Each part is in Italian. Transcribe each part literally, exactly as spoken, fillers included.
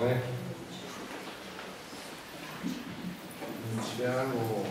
Eh? Iniziamo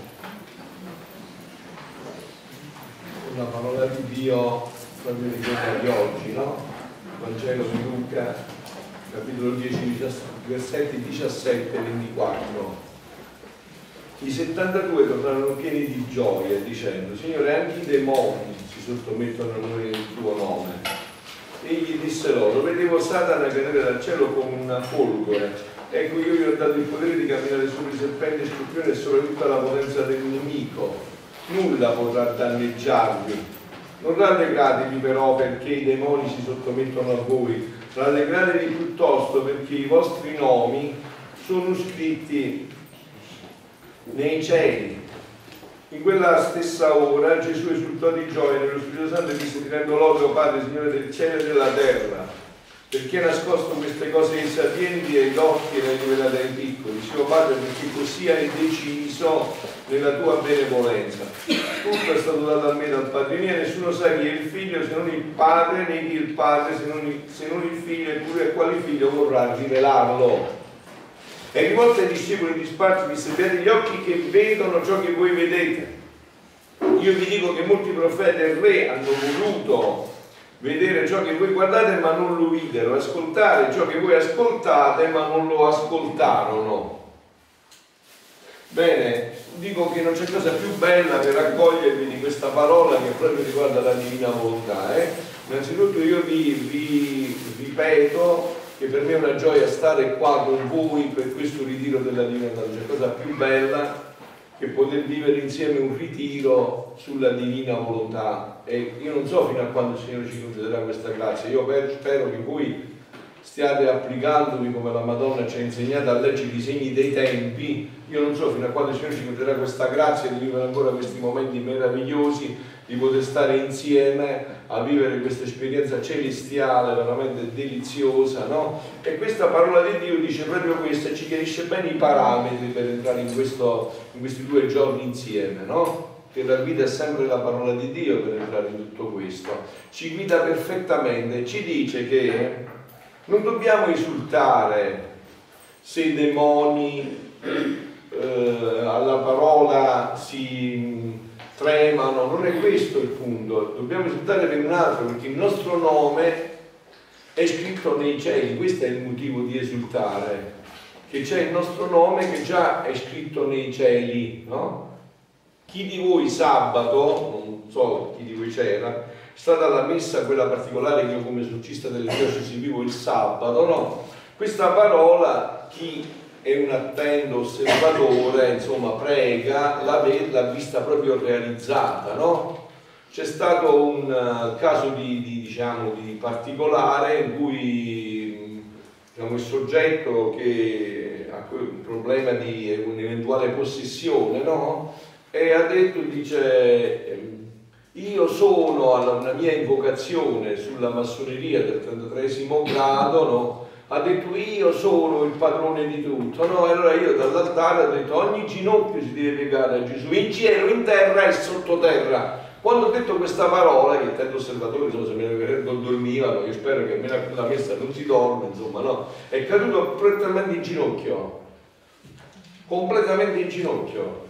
con la parola di Dio proprio di quella di oggi, no? Vangelo di Luca, capitolo dieci, versetti diciassette e ventiquattro. I settantadue tornarono pieni di gioia dicendo: Signore, anche i demoni si sottomettono a noi nel tuo nome. Egli disse loro: vedevo Satana cadere dal cielo come una folgore. Ecco, io vi ho dato il potere di camminare sopra i serpenti e scorpioni e sopra tutta la potenza del nemico. Nulla potrà danneggiarvi. Non rallegratevi però perché i demoni si sottomettono a voi, rallegratevi piuttosto perché i vostri nomi sono scritti nei cieli. In quella stessa ora Gesù esultò di gioia nello Spirito Santo e disse: ti rendo lode, o Padre, Signore del cielo e della terra, perché hai nascosto queste cose ai sapienti e agli occhi e le hai rivelate ai piccoli. Sì, o Padre, perché così hai deciso nella tua benevolenza. Tutto è stato dato a me dal Padre mio, nessuno sa chi è il figlio se non il Padre, né chi è il Padre se non il, se non il figlio, eppure a quale figlio vorrà rivelarlo. E rivolto ai discepoli disparsi disse: beati gli occhi che vedono ciò che voi vedete. Io vi dico che molti profeti e re hanno voluto vedere ciò che voi guardate ma non lo videro, ascoltare ciò che voi ascoltate ma non lo ascoltarono. Bene, dico che non c'è cosa più bella per accogliervi di questa parola che proprio riguarda la divina volontà. Eh? Innanzitutto io vi, vi ripeto che per me è una gioia stare qua con voi per questo ritiro della divina volontà. C'è cosa più bella che poter vivere insieme un ritiro sulla divina volontà, e io non so fino a quando il Signore ci concederà questa grazia. Io spero che voi stiate applicandovi come la Madonna ci ha insegnato a leggere i segni dei tempi. Io non so fino a quando il Signore ci concederà questa grazia di vivere ancora questi momenti meravigliosi, di poter stare insieme a vivere questa esperienza celestiale veramente deliziosa, no? E questa parola di Dio dice proprio questo e ci chiarisce bene i parametri per entrare in, questo, in questi due giorni insieme, no? Che la guida è sempre la parola di Dio per entrare in tutto questo. Ci guida perfettamente, ci dice che non dobbiamo esultare se i demoni eh, alla parola si tremano, non è questo il punto. Dobbiamo esultare per un altro, perché il nostro nome è scritto nei cieli. Questo è il motivo di esultare, che c'è il nostro nome che già è scritto nei cieli, no? Chi di voi sabato, non so chi di voi c'era, è stata la messa quella particolare che io come esorcista delle diocesi vivo il sabato, no? Questa parola, chi è un attento osservatore, insomma, prega, l'ha vista proprio realizzata, no? C'è stato un uh, caso di, di, diciamo, di particolare in cui, diciamo, il soggetto che ha un problema di un'eventuale possessione, no? E ha detto, dice, io sono alla una mia invocazione sulla massoneria del trentatreesimo grado, no? Ha detto io sono il padrone di tutto, no? E allora io dall'altare ho detto ogni ginocchio si deve piegare a Gesù, in cielo, in terra e sottoterra. Quando ho detto questa parola, che tanti osservatori, insomma, se me ne dormivano, io spero che almeno la messa non si dorme, insomma, no? È caduto completamente in ginocchio, completamente in ginocchio,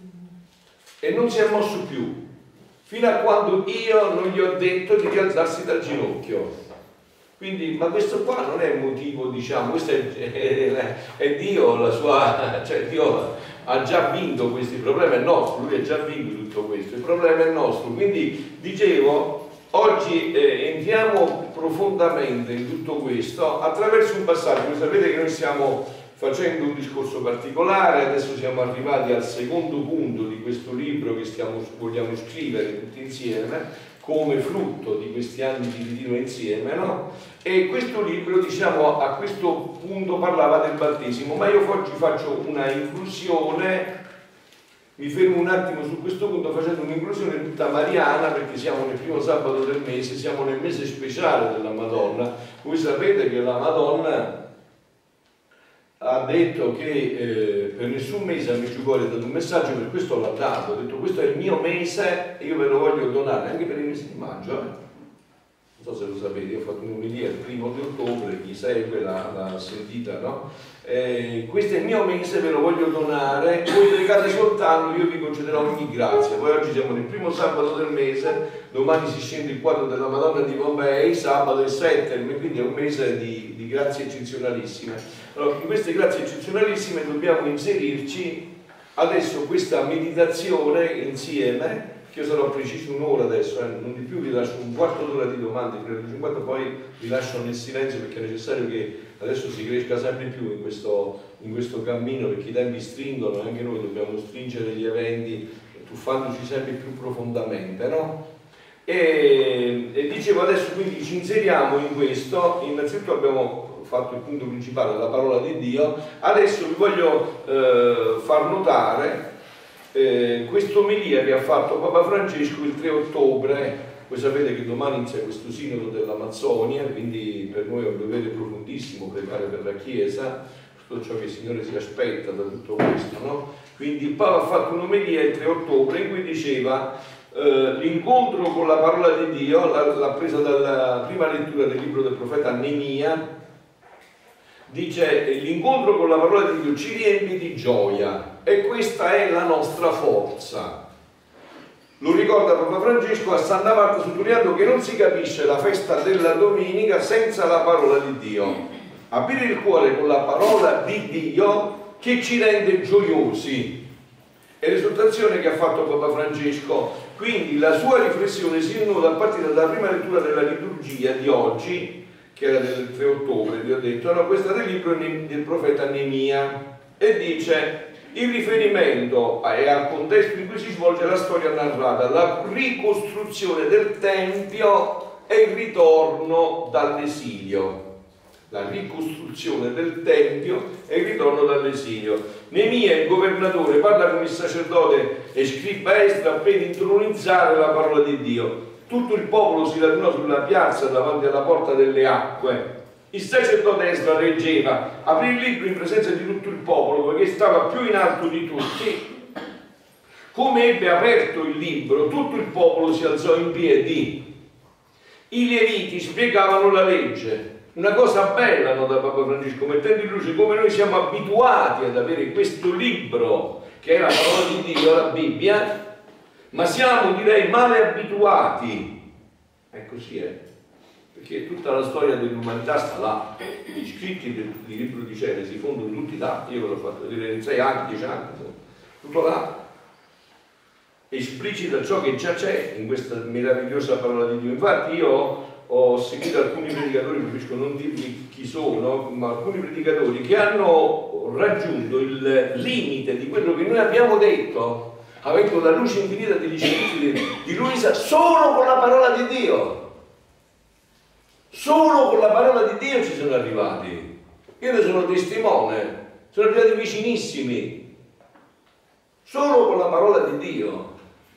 e non si è mosso più, fino a quando io non gli ho detto di rialzarsi dal ginocchio. Quindi, ma questo qua non è un motivo, diciamo, questo è, è, è Dio, la sua, cioè Dio ha già vinto questi problemi, è nostro, lui ha già vinto tutto questo, il problema è nostro. Quindi, dicevo, oggi eh, entriamo profondamente in tutto questo attraverso un passaggio. Voi sapete che noi stiamo facendo un discorso particolare, adesso siamo arrivati al secondo punto di questo libro che stiamo, vogliamo scrivere tutti insieme, come frutto di questi anni di ritiro insieme, no? E questo libro, diciamo, a questo punto parlava del battesimo, ma io oggi faccio una inclusione, mi fermo un attimo su questo punto facendo un'inclusione tutta mariana, perché siamo nel primo sabato del mese, siamo nel mese speciale della Madonna. Voi sapete che la Madonna ha detto che eh, per nessun mese a Medjugorje ha dato un messaggio, per questo l'ha dato, ha detto questo è il mio mese e io ve lo voglio donare, anche per il mese di maggio, eh? Non so se lo sapete, io ho fatto un'omelia il primo di ottobre, chi segue l'ha sentita, no? Eh, questo è il mio mese, ve lo voglio donare, voi pregate soltanto, io vi concederò ogni grazia. Poi oggi siamo nel primo sabato del mese, domani si scende il quadro della Madonna di Pompei, sabato il sette, quindi è un mese di, di grazie eccezionalissime. Allora, in queste grazie eccezionalissime dobbiamo inserirci adesso questa meditazione insieme, che io sarò preciso un'ora adesso, eh, non di più, vi lascio un quarto d'ora di domande, fino alle cinquanta, poi vi lascio nel silenzio perché è necessario che adesso si cresca sempre più in questo, in questo cammino, perché i tempi stringono e anche noi dobbiamo stringere gli eventi tuffandoci sempre più profondamente, no? E, e dicevo adesso quindi ci inseriamo in questo, innanzitutto abbiamo fatto il punto principale, la parola di Dio, adesso vi voglio eh, far notare eh, quest'omelia che ha fatto Papa Francesco il tre ottobre. Voi sapete che domani inizia questo sinodo dell'Amazzonia, quindi per noi è un dovere profondissimo pregare per la Chiesa, tutto ciò che il Signore si aspetta da tutto questo, no? Quindi il Papa ha fatto un'omelia il tre ottobre in cui diceva eh, l'incontro con la parola di Dio, l'ha presa dalla prima lettura del libro del profeta Nemia. Dice l'incontro con la parola di Dio ci riempie di gioia e questa è la nostra forza. Lo ricorda Papa Francesco a Santa Marta, sottolineando che non si capisce la festa della domenica senza la parola di Dio. Aprire il cuore con la parola di Dio che ci rende gioiosi. È l'esortazione che ha fatto Papa Francesco. Quindi la sua riflessione si innoda a partire dalla prima lettura della liturgia di oggi, che era del tre ottobre, vi ho detto, no, questa del libro del profeta Nemia, e dice il riferimento è al contesto in cui si svolge la storia narrata, la ricostruzione del Tempio e il ritorno dall'esilio. La ricostruzione del Tempio e il ritorno dall'esilio. Nemia, il governatore, parla con il sacerdote e scriba Esdra per intronizzare la parola di Dio. Tutto il popolo si radunò sulla piazza davanti alla porta delle acque. Il sacerdote Esdra leggeva, aprì il libro in presenza di tutto il popolo, perché stava più in alto di tutti. Come ebbe aperto il libro, tutto il popolo si alzò in piedi. I Leviti spiegavano la legge. Una cosa bella, no, da Papa Francesco, mettendo in luce come noi siamo abituati ad avere questo libro, che è la parola di Dio, la Bibbia, ma siamo, direi, male abituati. E così è. Perché tutta la storia dell'umanità sta là, gli scritti del, del libro di Cielo si fondono tutti là, io ve l'ho fatto vedere in sei anni, dieci anni, tutto là, esplicita ciò che già c'è in questa meravigliosa parola di Dio. Infatti io ho seguito alcuni predicatori, preferisco non dirvi chi sono, ma alcuni predicatori che hanno raggiunto il limite di quello che noi abbiamo detto, avendo la luce infinita degli scritti di Luisa, solo con la parola di Dio. Solo con la parola di Dio ci sono arrivati. Io ne sono testimone, sono arrivati vicinissimi. Solo con la parola di Dio.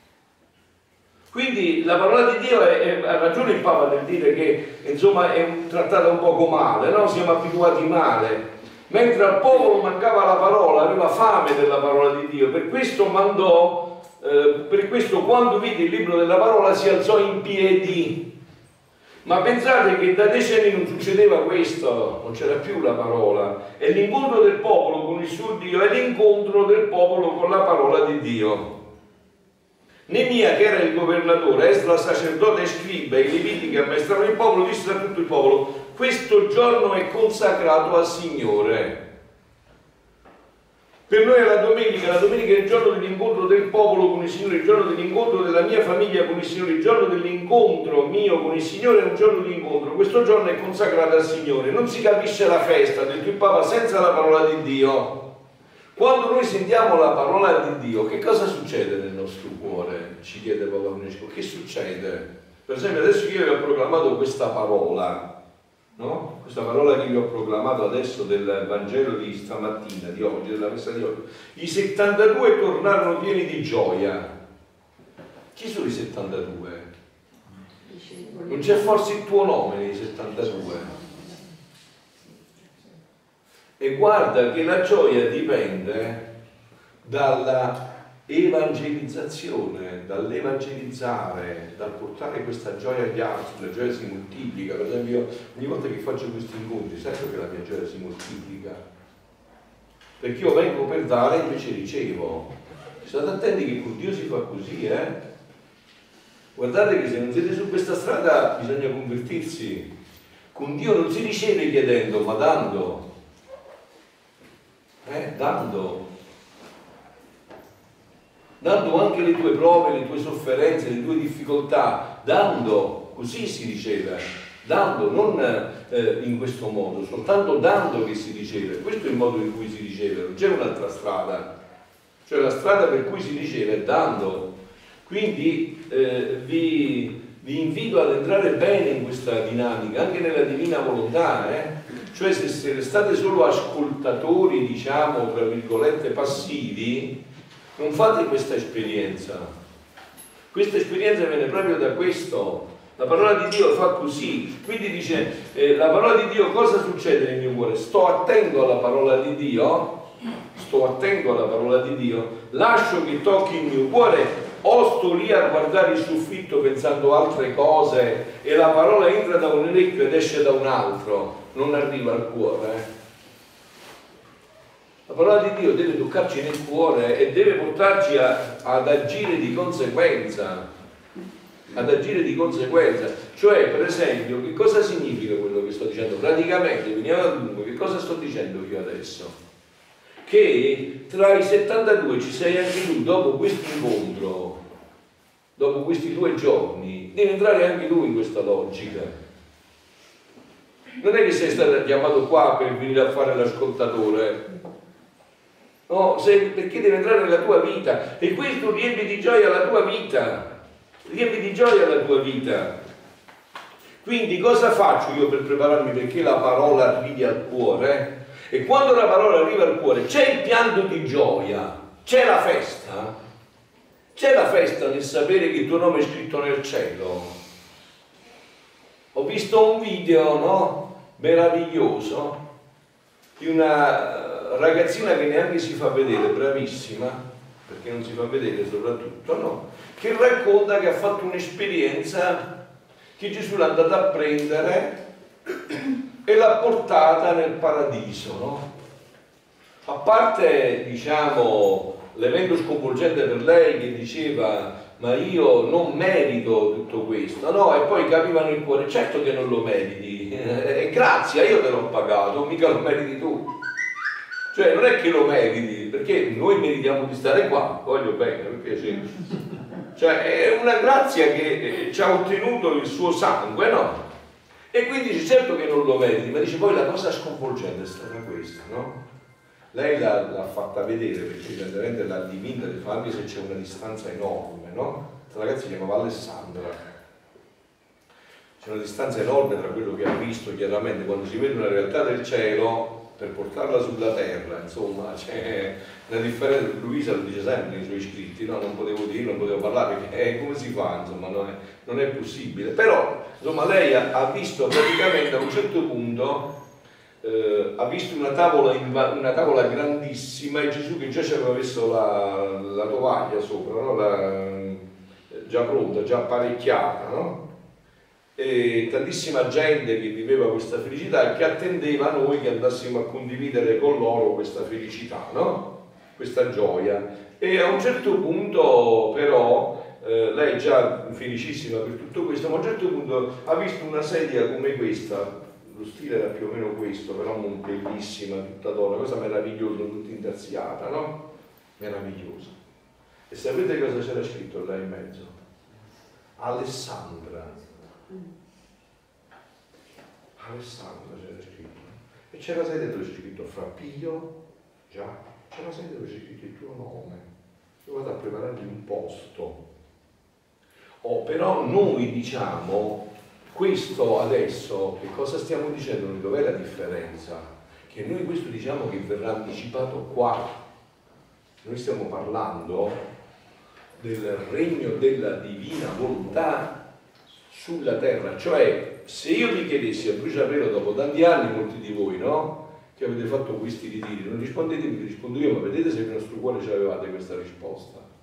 Quindi la parola di Dio è, è, ha ragione il Papa nel dire che insomma è trattata un poco male, no? Siamo abituati male. Mentre al popolo mancava la parola, aveva fame della parola di Dio, per questo mandò, eh, per questo quando vide il libro della parola si alzò in piedi. Ma pensate che da decenni non succedeva questo, non c'era più la parola. E l'incontro del popolo con il suo Dio è l'incontro del popolo con la parola di Dio. Nemia, che era il governatore, Esdra sacerdote e scriba, e i leviti che ammaestravano il popolo, disse a tutto il popolo: questo giorno è consacrato al Signore. Per noi è la domenica, la domenica è il giorno dell'incontro del popolo con il Signore, il giorno dell'incontro della mia famiglia con il Signore, il giorno dell'incontro mio con il Signore è un giorno di incontro. Questo giorno è consacrato al Signore. Non si capisce la festa, ha detto il Papa, senza la parola di Dio. Quando noi sentiamo la parola di Dio, che cosa succede nel nostro cuore? Ci chiede Papa Francesco. Che succede? Per esempio adesso io vi ho proclamato questa parola, no? Questa parola che vi ho proclamato adesso del Vangelo di stamattina, di oggi, della messa di oggi. I settantadue tornarono pieni di gioia. Chi sono i settantadue? Non c'è forse il tuo nome nei settantadue? E guarda che la gioia dipende dalla evangelizzazione, dall'evangelizzare, dal portare questa gioia agli altri. La gioia si moltiplica. Per esempio, io, ogni volta che faccio questi incontri sento che la mia gioia si moltiplica, perché io vengo per dare e invece ricevo. State attenti che con Dio si fa così, eh? Guardate che se non siete su questa strada bisogna convertirsi. Con Dio non si riceve chiedendo, ma dando. Eh, dando. Dando anche le tue prove, le tue sofferenze, le tue difficoltà. Dando, così si riceve. Dando, non eh, in questo modo, soltanto dando che si riceve. Questo è il modo in cui si riceve, non c'è un'altra strada. Cioè la strada per cui si riceve è dando. Quindi eh, vi, vi invito ad entrare bene in questa dinamica, anche nella divina volontà, eh? Cioè se, se restate solo ascoltatori, diciamo, tra virgolette, passivi, non fate questa esperienza. Questa esperienza viene proprio da questo. La parola di Dio fa così. Quindi dice, eh, la parola di Dio, cosa succede nel mio cuore? Sto attento alla parola di Dio, sto attento alla parola di Dio, lascio che tocchi il mio cuore, o sto lì a guardare il soffitto pensando altre cose e la parola entra da un orecchio ed esce da un altro, non arriva al cuore. Eh? La parola di Dio deve toccarci nel cuore e deve portarci a, ad agire di conseguenza, ad agire di conseguenza. Cioè, per esempio, che cosa significa quello che sto dicendo? Praticamente, veniamo a dunque, che cosa sto dicendo io adesso? Che tra i settantadue ci sei anche tu, dopo questo incontro, dopo questi due giorni, devi entrare anche tu in questa logica. Non è che sei stato chiamato qua per venire a fare l'ascoltatore, no, sei, perché deve entrare nella tua vita e questo riempie di gioia la tua vita, riempie di gioia la tua vita. Quindi cosa faccio io per prepararmi perché la parola arrivi al cuore? E quando la parola arriva al cuore c'è il pianto di gioia, c'è la festa, c'è la festa nel sapere che il tuo nome è scritto nel cielo. Ho visto un video, no? Meraviglioso, di una ragazzina che neanche si fa vedere, bravissima, perché non si fa vedere soprattutto, no? Che racconta che ha fatto un'esperienza che Gesù l'ha andata a prendere e l'ha portata nel paradiso, no? A parte, diciamo, l'evento sconvolgente per lei che diceva ma io non merito tutto questo, no? E poi capivano il cuore, certo che non lo meriti, e grazie, io te l'ho pagato, mica lo meriti tu. Cioè non è che lo meriti, perché noi meritiamo di stare qua, voglio bene, per piacere. Cioè è una grazia che ci ha ottenuto il suo sangue, no? E quindi dice certo che non lo meriti, ma dice poi la cosa sconvolgente è stata questa, no? Lei l'ha fatta vedere perché evidentemente l'ha divinta di farmi se c'è una distanza enorme, no? La ragazza si chiamava Alessandra. C'è una distanza enorme tra quello che ha visto chiaramente quando si vede una realtà del cielo per portarla sulla terra, insomma, c'è una differenza. Luisa lo dice sempre nei suoi scritti, no? Non potevo dire, non potevo parlare perché eh, come si fa, insomma, non è, non è possibile. Però, insomma, lei ha, ha visto praticamente a un certo punto. Uh, ha visto una tavola, una tavola grandissima e Gesù che già ci aveva messo la, la tovaglia sopra, no? la, già pronta, già apparecchiata, no? E tantissima gente che viveva questa felicità e che attendeva noi che andassimo a condividere con loro questa felicità, no? Questa gioia. E a un certo punto però eh, lei già felicissima per tutto questo, ma a un certo punto ha visto una sedia come questa. Lo stile era più o meno questo, però bellissima, tutta d'oro, una cosa meravigliosa, tutta intarsiata, no? Meravigliosa. E sapete cosa c'era scritto là in mezzo? Alessandra. Alessandra c'era scritto. E c'era sede dove c'è scritto Frappio, già, c'era sede dove c'è scritto il tuo nome. Io vado a preparargli un posto. Oh, però noi diciamo... Questo adesso, che cosa stiamo dicendo? Dov'è la differenza? Che noi questo diciamo che verrà anticipato qua. Noi stiamo parlando del regno della divina volontà sulla terra. Cioè, se io vi chiedessi a bruciapelo dopo tanti anni, molti di voi, no? Che avete fatto questi ritiri, non rispondetemi, vi rispondo io, ma vedete se nel nostro cuore ce l'avevate questa risposta.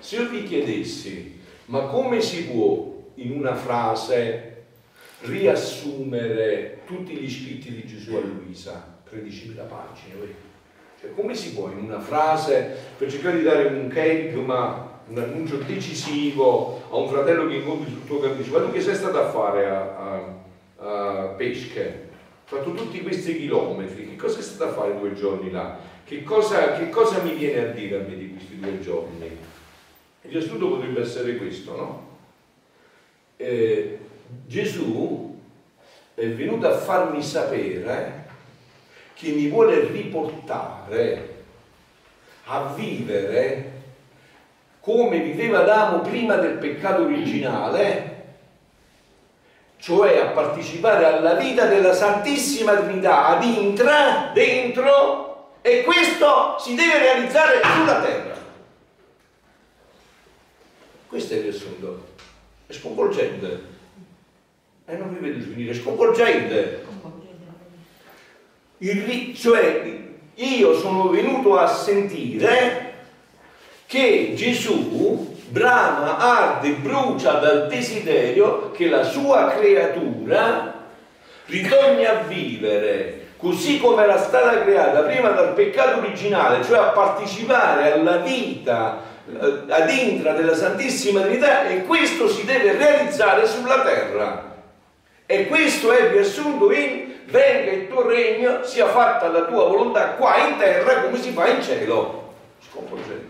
Se io vi chiedessi, ma come si può in una frase riassumere tutti gli scritti di Gesù a Luisa, tredicimila pagine, cioè, come si può in una frase, per cercare di dare un kerygma, un annuncio decisivo a un fratello che incontri sul tuo cammino, dice, ma tu che sei stato a fare a, a, a Pesche? Hai fatto tutti questi chilometri, che cosa sei stato a fare due giorni là? Che cosa, che cosa mi viene a dire a me di questi due giorni? Il riassunto potrebbe essere questo, no? Eh, Gesù è venuto a farmi sapere che mi vuole riportare a vivere come viveva Adamo prima del peccato originale, cioè a partecipare alla vita della Santissima Trinità ad intra, dentro, e questo si deve realizzare sulla terra. Questo è il riassunto. È sconvolgente. E eh, non vi vedo finire, è sconvolgente. Il, cioè, io sono venuto a sentire che Gesù brama, arde, brucia dal desiderio che la sua creatura ritorni a vivere così come era stata creata prima dal peccato originale, cioè a partecipare alla vita ad intra della Santissima Trinità, e questo si deve realizzare sulla terra. E questo è riassunto in: venga il tuo regno, sia fatta la tua volontà qua in terra come si fa in cielo. Sconvolgente.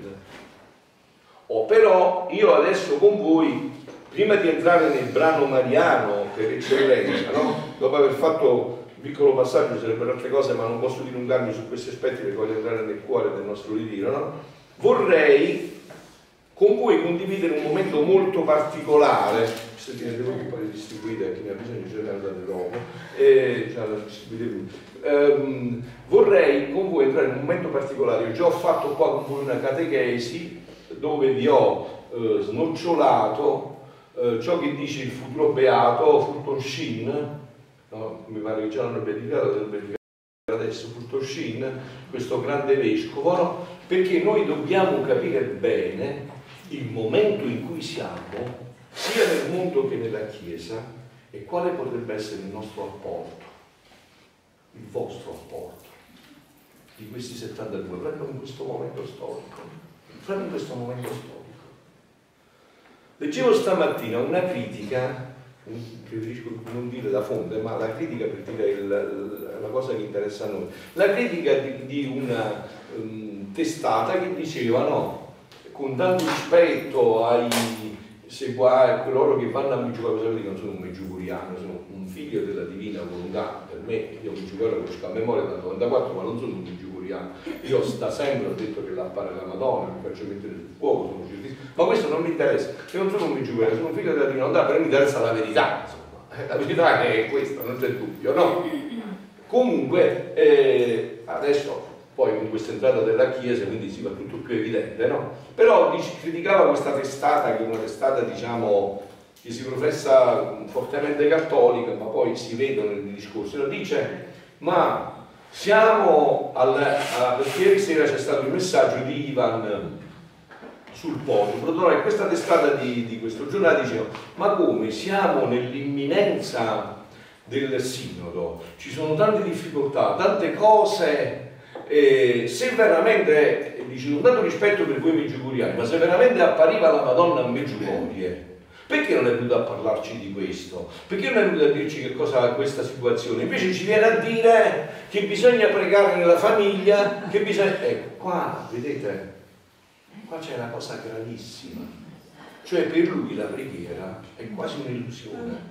Oh, però io adesso con voi, prima di entrare nel brano mariano per eccellenza, no? Dopo aver fatto un piccolo passaggio, sarebbero altre cose, ma non posso dilungarmi su questi aspetti perché voglio entrare nel cuore del nostro ritiro, no? Vorrei con voi condividere un momento molto particolare. Se tiene voi che poi distribuite a chi ne ha bisogno, ce ne andate dopo, e già la distribuite lui. Ehm, vorrei con voi entrare in un momento particolare. Io già ho fatto qua con voi una catechesi dove vi ho eh, snocciolato eh, ciò che dice il futuro beato Fulton Sheen, no? Mi pare che già l'hanno beatificato, devo beatificare adesso Fulton Sheen, questo grande vescovo, no? Perché noi dobbiamo capire bene il momento in cui siamo, sia nel mondo che nella Chiesa, e quale potrebbe essere il nostro apporto, il vostro apporto di questi settantadue, proprio in questo momento storico, proprio in questo momento storico. Leggevo stamattina una critica, preferisco non dire la fonte, ma la critica per dire il, la cosa che interessa a noi, la critica di, di una um, testata che diceva, no, con tanto rispetto ai seguaci, coloro che vanno a Meggiugorje, sapete che non sono un meggiugoriano, sono un figlio della divina volontà. Per me, io Meggiugorje lo conosco a memoria dal novantaquattro, ma non sono un meggiugoriano. Io da sempre ho detto che l'appare la Madonna, mi faccio mettere sul fuoco, sono certissimo. Ma questo non mi interessa, io non sono un meggiugoriano, sono un figlio della divina volontà, però mi interessa la verità, insomma. La verità è questa, non c'è dubbio, no? Comunque, eh, adesso poi con questa entrata della Chiesa quindi si va tutto più evidente, no? Però dice, criticava questa testata, che è una testata, diciamo, che si professa fortemente cattolica, ma poi si vedono nei discorsi, no? Dice, ma siamo al, a, perché ieri sera c'è stato il messaggio di Ivan sul podium, e questa testata di, di questo giornale diceva, ma come siamo nell'imminenza del sinodo, ci sono tante difficoltà, tante cose. Eh, se veramente, dice, con tanto rispetto per voi meggiugoriani, ma se veramente appariva la Madonna a Meggiugorje, perché non è venuto a parlarci di questo? Perché non è venuto a dirci che cosa è questa situazione? Invece ci viene a dire che bisogna pregare nella famiglia, che bisogna... Ecco, qua, vedete, qua c'è una cosa gravissima. Cioè per lui la preghiera è quasi un'illusione.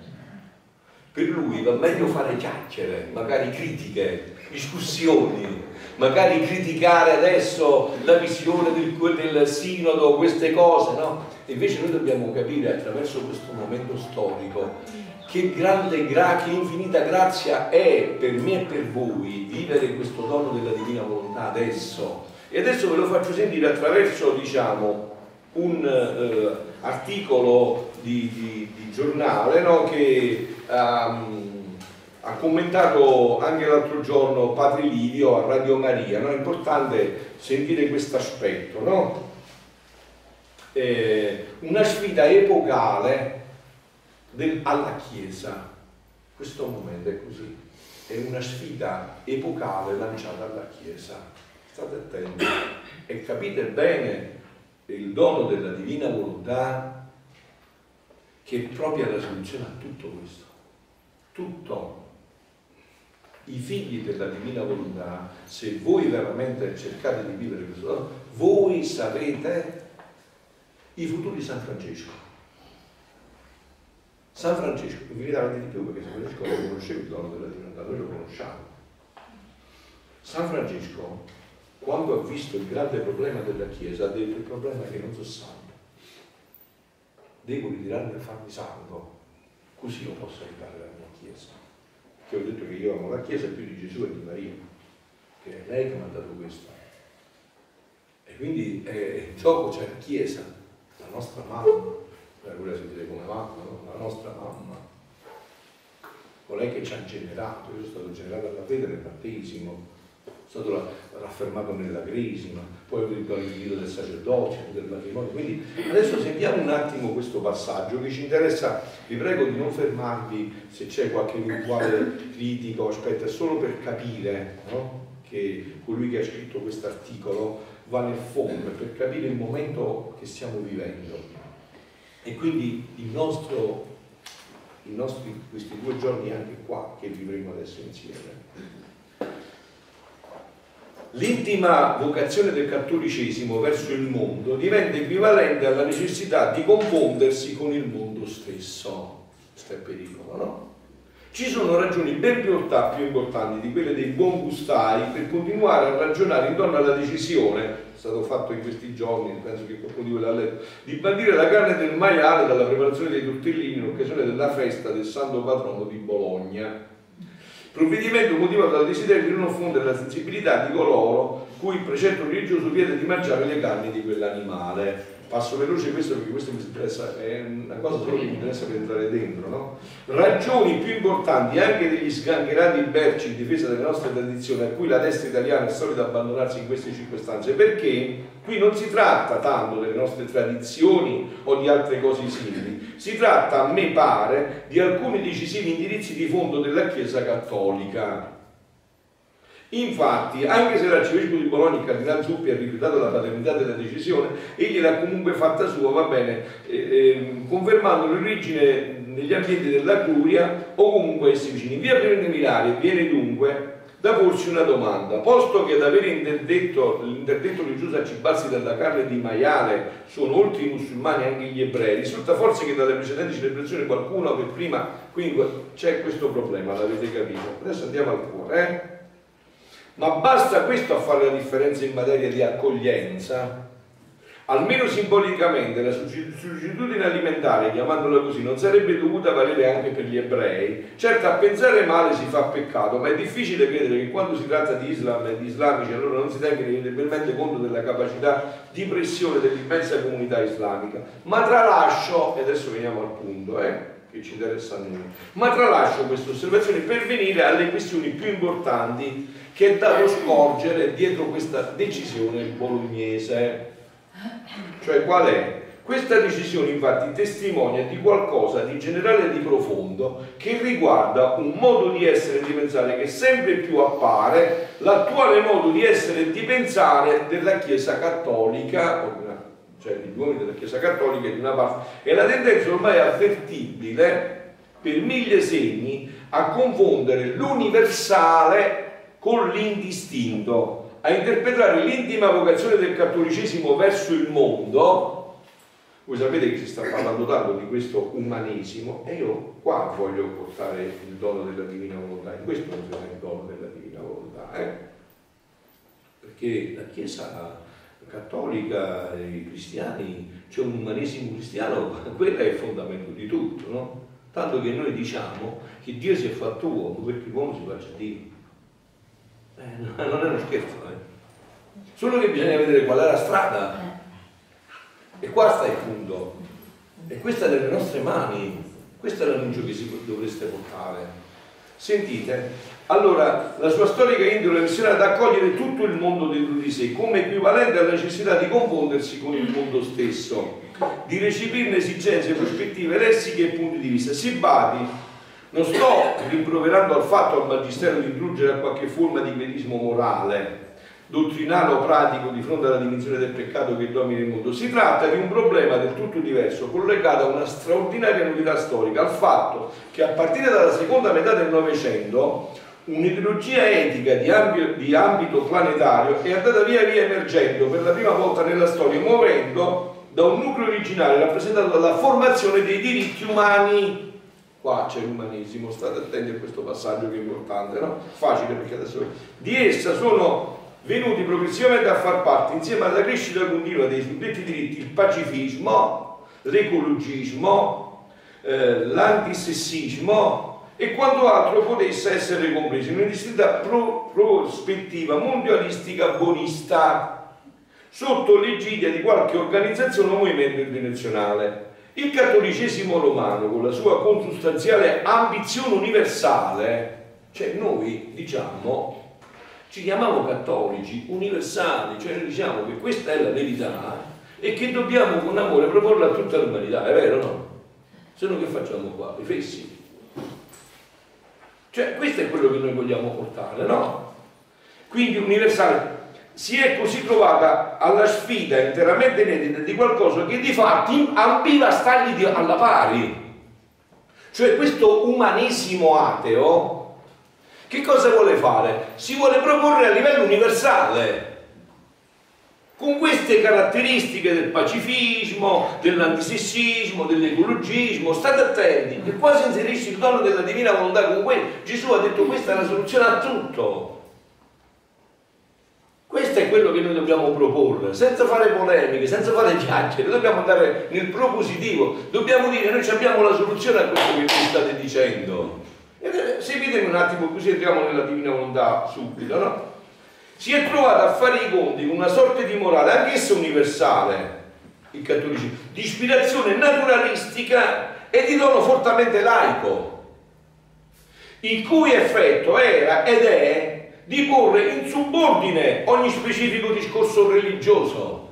Per lui va meglio fare chiacchiere, magari critiche, discussioni, magari criticare adesso la visione del, del sinodo, queste cose, no? E invece noi dobbiamo capire attraverso questo momento storico che grande, gra che infinita grazia è per me e per voi vivere questo dono della divina volontà adesso. E adesso ve lo faccio sentire attraverso, diciamo, un eh, articolo di, di, di giornale, no? Che um, ha commentato anche l'altro giorno Padre Livio a Radio Maria, no? È importante sentire questo aspetto, no? eh, una sfida epocale del, alla Chiesa. Questo momento è così, è una sfida epocale lanciata alla Chiesa. State attenti e capite bene il dono della divina volontà, che è proprio la soluzione a tutto questo. Tutto. I figli della divina volontà, se voi veramente cercate di vivere questo dono, voi sarete i futuri San Francesco. San Francesco, vi dirò di più perché San Francesco non conosceva il dono della divinità, noi lo conosciamo. San Francesco, quando ha visto il grande problema della Chiesa, ha detto: il problema è che non sono salvo, devo ritirarmi e farmi salvo, così io posso aiutare la mia Chiesa. Che ho detto che io amo la Chiesa più di Gesù e di Maria, che è lei che mi ha dato questo. E quindi eh, in gioco c'è la Chiesa, la nostra mamma, voi la sentite come mamma, no? La nostra mamma, colei che ci ha generato. Io sono stato generato dalla fede nel battesimo, sono stato raffermato nella crisima, poi ho avuto il rito del sacerdozio, del matrimonio. Quindi adesso sentiamo un attimo questo passaggio che ci interessa. Vi prego di non fermarvi se c'è qualche eventuale critico, aspetta, solo per capire, no? Che colui che ha scritto questo articolo va nel fondo, per capire il momento che stiamo vivendo. E quindi il nostro, i nostri, questi due giorni anche qua che vivremo adesso insieme. L'intima vocazione del cattolicesimo verso il mondo diventa equivalente alla necessità di confondersi con il mondo stesso. Questo è pericolo, no? Ci sono ragioni ben più importanti di quelle dei buon gustai per continuare a ragionare intorno alla decisione, è stato fatto in questi giorni, penso che qualcuno di voi l'ha letto, di bandire la carne del maiale dalla preparazione dei tortellini in occasione della festa del santo patrono di Bologna. Provvedimento motivato dal desiderio di non offendere la sensibilità di coloro cui il precetto religioso vieta di mangiare le carni di quell'animale. Passo veloce questo perché questo mi interessa, è una cosa solo che mi interessa per entrare dentro, no? Ragioni più importanti anche degli sgangherati berci in difesa delle nostre tradizioni, a cui la destra italiana è solita abbandonarsi in queste circostanze, perché qui non si tratta tanto delle nostre tradizioni o di altre cose simili, si tratta, a me pare, di alcuni decisivi indirizzi di fondo della Chiesa cattolica. Infatti, anche se l'arcivescovo di Bologna, il cardinale Zuppi, ha rifiutato la paternità della decisione, egli l'ha comunque fatta sua, va bene, eh, eh, confermando l'origine negli ambienti della curia o comunque essi vicini. In via preliminare viene dunque da porsi una domanda: posto che ad avere interdetto l'interdetto religioso a cibarsi della carne di maiale sono oltre i musulmani anche gli ebrei, risulta forse che dalle precedenti celebrazioni qualcuno per prima, quindi c'è questo problema, l'avete capito? Adesso andiamo al cuore, eh? Ma basta questo a fare la differenza in materia di accoglienza? Almeno simbolicamente la sollecitudine alimentare, chiamandola così, non sarebbe dovuta valere anche per gli ebrei? Certo, a pensare male si fa peccato, ma è difficile credere che quando si tratta di Islam e di islamici allora non si tenga inevitabilmente conto della capacità di pressione dell'immensa comunità islamica. Ma tralascio, e adesso veniamo al punto, eh, che ci interessa a noi, ma tralascio queste osservazioni per venire alle questioni più importanti che è dato scorgere dietro questa decisione bolognese. Cioè, qual è? Questa decisione infatti testimonia di qualcosa di generale e di profondo che riguarda un modo di essere e di pensare che sempre più appare l'attuale modo di essere e di pensare della Chiesa cattolica, cioè degli uomini della Chiesa cattolica di una parte, e la tendenza ormai avvertibile per mille segni a confondere l'universale con l'indistinto, a interpretare l'intima vocazione del cattolicesimo verso il mondo. Voi sapete che si sta parlando tanto di questo umanesimo, e io qua voglio portare il dono della divina volontà. In questo non è il dono della divina volontà, eh? Perché la Chiesa cattolica e i cristiani, c'è un umanesimo cristiano, quello è il fondamento di tutto, no? Tanto che noi diciamo che Dio si è fatto uomo perché l'uomo si faccia Dio. Eh, non è uno scherzo, eh? Solo che bisogna vedere qual è la strada, e qua sta il punto, e questa è nelle nostre mani, questo è l'annuncio che si dovreste portare. Sentite, allora la sua storica indole missionaria ad accogliere tutto il mondo dentro di sé come equivalente alla necessità di confondersi con il mondo stesso, di recepirne esigenze, prospettive, lessiche e punti di vista. Si badi, non sto rimproverando al fatto al Magistero di indulgere a qualche forma di verismo morale, dottrinale o pratico di fronte alla dimensione del peccato che domina il mondo. Si tratta di un problema del tutto diverso, collegato a una straordinaria novità storica, al fatto che a partire dalla seconda metà del Novecento un'ideologia etica di ambito, di ambito planetario è andata via via emergendo per la prima volta nella storia, muovendo da un nucleo originale rappresentato dalla formazione dei diritti umani. Qua c'è l'umanesimo, state attenti a questo passaggio che è importante, no? Facile, perché adesso di essa sono venuti progressivamente a far parte, insieme alla crescita continua dei suddetti diritti, il pacifismo, l'ecologismo, eh, l'antisessismo e quanto altro potesse essere compreso in una distinta pro prospettiva mondialistica buonista, sotto l'egidia di qualche organizzazione o movimento internazionale. Il cattolicesimo romano, con la sua consustanziale ambizione universale, cioè noi diciamo, ci chiamiamo cattolici, universali, cioè noi diciamo che questa è la verità e che dobbiamo con amore proporla a tutta l'umanità, è vero o no? Se no che facciamo qua? I fessi. Cioè questo è quello che noi vogliamo portare, no? Quindi universale. Si è così trovata alla sfida interamente inedita di qualcosa che di fatti ambiva a stargli alla pari. Cioè questo umanesimo ateo, che cosa vuole fare? Si vuole proporre a livello universale, con queste caratteristiche del pacifismo, dell'antisessismo, dell'ecologismo. State attenti, che quasi inserisce il dono della divina volontà con quello. Gesù ha detto questa è la soluzione a tutto. Questo è quello che noi dobbiamo proporre, senza fare polemiche, senza fare chiacchiere, dobbiamo andare nel propositivo, dobbiamo dire noi abbiamo la soluzione a questo che vi state dicendo. E seguitemi un attimo così entriamo nella divina volontà subito, no? Si è trovato a fare i conti con una sorta di morale, anch'essa universale, il cattolicesimo, di ispirazione naturalistica e di tono fortemente laico, il cui effetto era ed è di porre in subordine ogni specifico discorso religioso.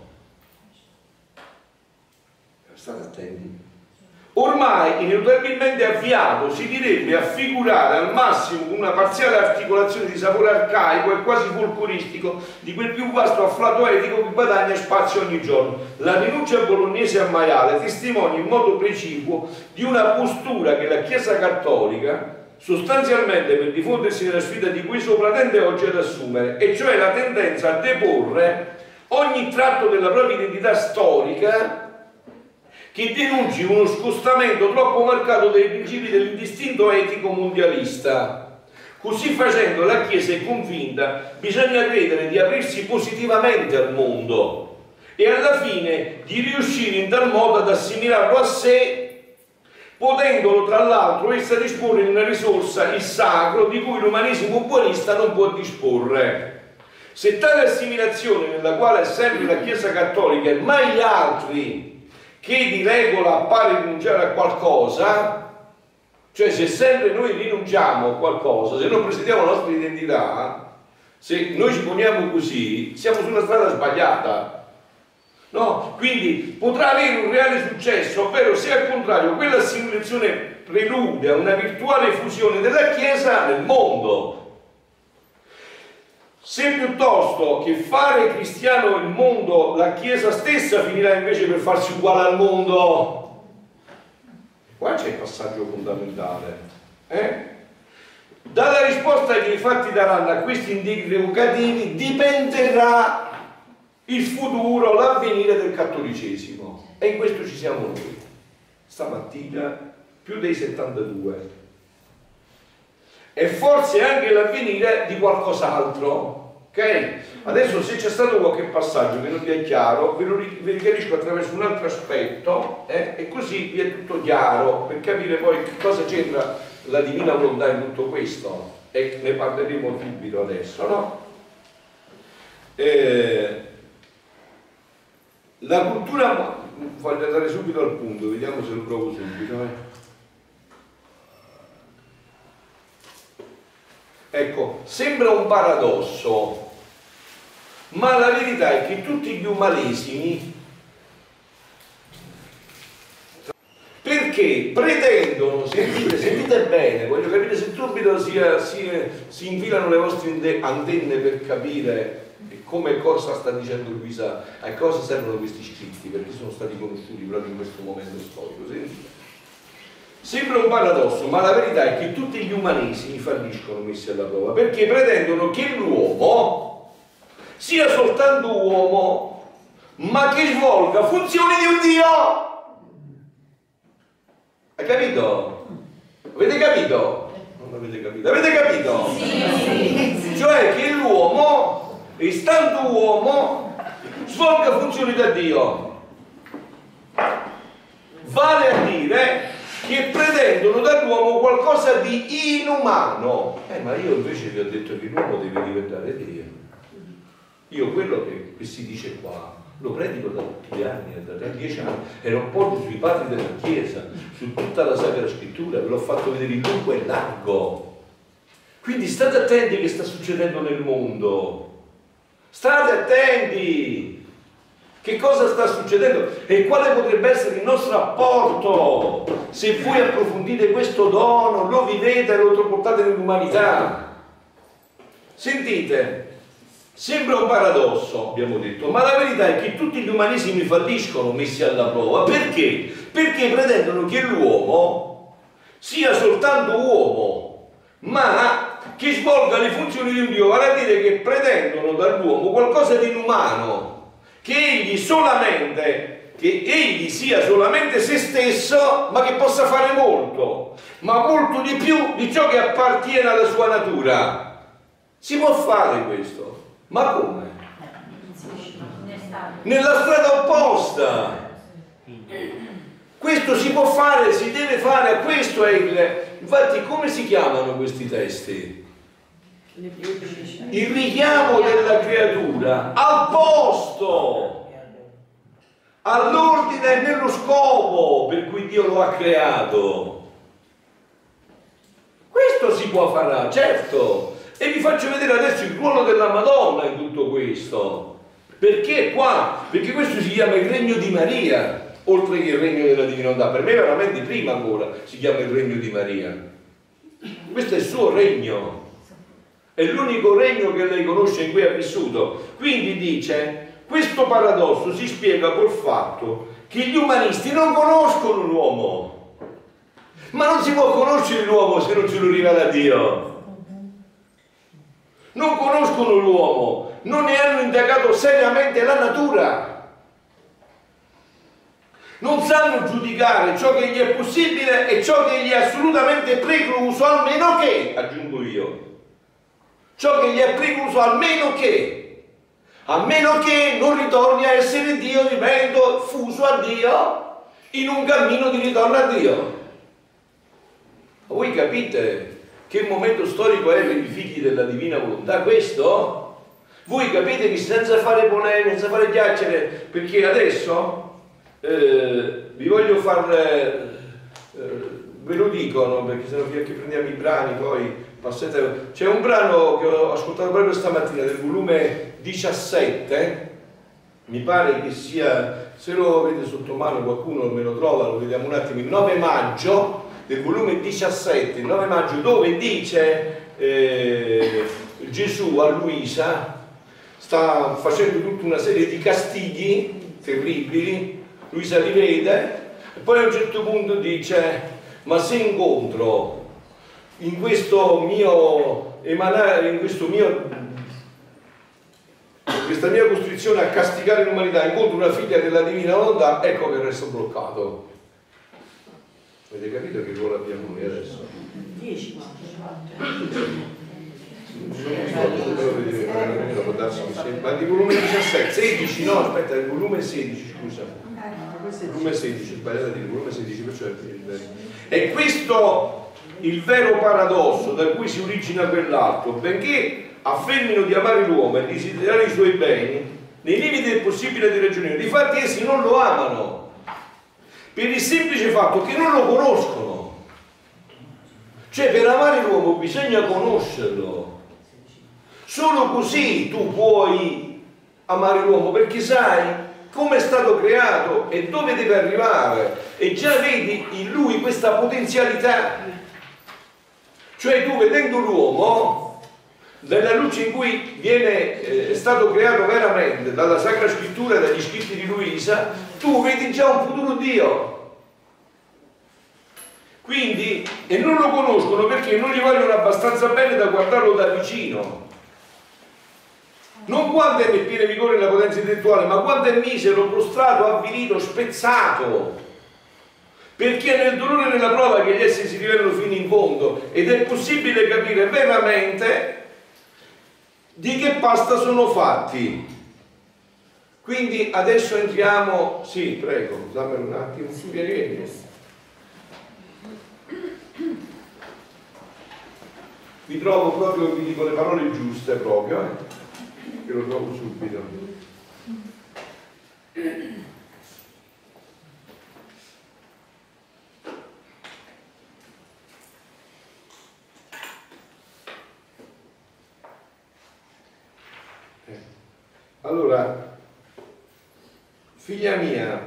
State attenti. Ormai ineluttabilmente avviato, si direbbe affigurare al massimo una parziale articolazione di sapore arcaico e quasi folcloristico di quel più vasto afflato etico che guadagna spazio ogni giorno. La rinuncia bolognese a maiale testimonia in modo precipuo di una postura che la Chiesa cattolica sostanzialmente per diffondersi nella sfida di cui sopra tende oggi ad assumere, e cioè la tendenza a deporre ogni tratto della propria identità storica che denunci uno scostamento troppo marcato dai principi dell'istinto etico mondialista. Così facendo la Chiesa è convinta bisogna credere di aprirsi positivamente al mondo e alla fine di riuscire in tal modo ad assimilarlo a sé, potendolo tra l'altro essa disporre di una risorsa, il sacro, di cui l'umanesimo buonista non può disporre. Se tale assimilazione, nella quale è sempre la Chiesa cattolica e mai gli altri che di regola appare rinunciare a qualcosa, cioè se sempre noi rinunciamo a qualcosa, se non presentiamo la nostra identità, se noi ci poniamo così, siamo sulla strada sbagliata. No? Quindi potrà avere un reale successo, ovvero se al contrario quella assimilazione prelude a una virtuale fusione della Chiesa nel mondo. Se piuttosto che fare cristiano il mondo, la Chiesa stessa finirà invece per farsi uguale al mondo. Qua c'è il passaggio fondamentale. Eh? Dalla risposta che infatti daranno a questi interrogativi dipenderà il futuro, l'avvenire del cattolicesimo, e in questo ci siamo noi stamattina, più dei settantadue, e forse anche l'avvenire di qualcos'altro, ok? Adesso se c'è stato qualche passaggio che non vi è chiaro, ve lo richiarisco attraverso un altro aspetto, eh? E così vi è tutto chiaro, per capire poi che cosa c'entra la divina volontà in tutto questo, e ne parleremo subito adesso, no? Eh, La cultura, voglio andare subito al punto, vediamo se lo trovo subito. Eh. sembra un paradosso, ma la verità è che tutti gli umanesimi, perché pretendono, sentite, sentite bene, voglio capire se subito si, si, si infilano le vostre antenne per capire come cosa sta dicendo Luisa, a cosa servono questi scritti, perché sono stati conosciuti proprio in questo momento storico. Sentite. Sembra un paradosso, ma la verità è che tutti gli umanesimi falliscono messi alla prova, perché pretendono che l'uomo sia soltanto uomo, ma che svolga funzioni di un Dio. Hai capito? Avete capito? Non avete capito? Avete capito? Sì. Cioè che l'uomo, essendo uomo, svolga funzioni da Dio. Vale a dire che pretendono dall'uomo qualcosa di inumano. Eh, ma io invece vi ho detto che l'uomo deve diventare Dio. Io quello che, che si dice qua lo predico da tutti gli anni, da dieci anni, e lo appoggio sui padri della Chiesa, su tutta la Sacra Scrittura, ve l'ho fatto vedere in lungo e largo. Quindi state attenti che sta succedendo nel mondo. State attenti! Che cosa sta succedendo e quale potrebbe essere il nostro apporto se voi approfondite questo dono, lo vivete e lo portate nell'umanità. Sentite, sembra un paradosso, abbiamo detto, ma la verità è che tutti gli umanesimi falliscono messi alla prova. Perché? Perché pretendono che l'uomo sia soltanto uomo, ma che svolga le funzioni di un Dio, vale a dire che pretendono dall'uomo qualcosa di inumano. Che egli solamente, che egli sia solamente se stesso, ma che possa fare molto, ma molto di più di ciò che appartiene alla sua natura. Si può fare questo, ma come? Nella strada opposta. Questo si può fare, si deve fare, questo è il... Infatti come si chiamano questi testi? Il richiamo della creatura al posto, all'ordine e nello scopo per cui Dio lo ha creato. Questo si può fare, certo, e vi faccio vedere adesso il ruolo della Madonna in tutto questo. Perché qua? Perché questo si chiama il regno di Maria, oltre che il regno della divinità. Per me veramente prima ancora si chiama il regno di Maria. Questo è il suo regno. È l'unico regno che lei conosce in cui ha vissuto. Quindi dice, questo paradosso si spiega col fatto che gli umanisti non conoscono l'uomo. Ma non si può conoscere l'uomo se non ce lo rivela Dio. Non conoscono l'uomo, non ne hanno indagato seriamente la natura. Non sanno giudicare ciò che gli è possibile e ciò che gli è assolutamente precluso, almeno che, aggiungo io, ciò che gli è precluso almeno che, a meno che non ritorni a essere Dio, vivendo fuso a Dio, in un cammino di ritorno a Dio. Voi capite che momento storico è per i figli della divina volontà questo? Voi capite che senza fare polemiche, senza fare chiacchiere, perché adesso eh, vi voglio far... Eh, ve lo dicono, perché se no che prendiamo i brani poi... C'è un brano che ho ascoltato proprio stamattina del volume diciassette, mi pare che sia, se lo avete sotto mano qualcuno me lo trova, lo vediamo un attimo, il nove maggio del volume diciassette, il nove maggio, dove dice eh, Gesù a Luisa sta facendo tutta una serie di castighi terribili, Luisa li vede e poi a un certo punto dice, ma se incontro in questo mio emanare, in questo mio, questa mia costrizione a castigare l'umanità, incontro una figlia della divina volontà, ecco che resto bloccato. Avete capito che ruolo abbiamo noi adesso? dieci ma di volume diciassette, sedici, no, aspetta, il volume sedici, scusa. Il volume sedici, sbagliate a dire, il volume sedici, perciò è E questo il vero paradosso da cui si origina quell'atto, benché affermino di amare l'uomo e desiderare i suoi beni, nei limiti del possibile di ragionare, difatti essi non lo amano, per il semplice fatto che non lo conoscono. Cioè per amare l'uomo bisogna conoscerlo. Solo così tu puoi amare l'uomo, perché sai come è stato creato e dove deve arrivare, e già vedi in lui questa potenzialità. Cioè tu, vedendo l'uomo nella luce in cui viene eh, è stato creato veramente dalla Sacra Scrittura e dagli scritti di Luisa, tu vedi già un futuro Dio. Quindi, e non lo conoscono perché non gli vogliono abbastanza bene da guardarlo da vicino. Non quando è nel pieno vigore della potenza intellettuale, ma quando è misero, prostrato, avvilito, spezzato. Perché è nel dolore e nella prova che gli esseri si rivelano fino in fondo, ed è possibile capire veramente di che pasta sono fatti. Quindi adesso entriamo, sì, prego, dammelo un attimo, vieni, vieni. Vi trovo proprio, vi dico le parole giuste proprio, eh, che lo trovo subito. Allora, figlia mia,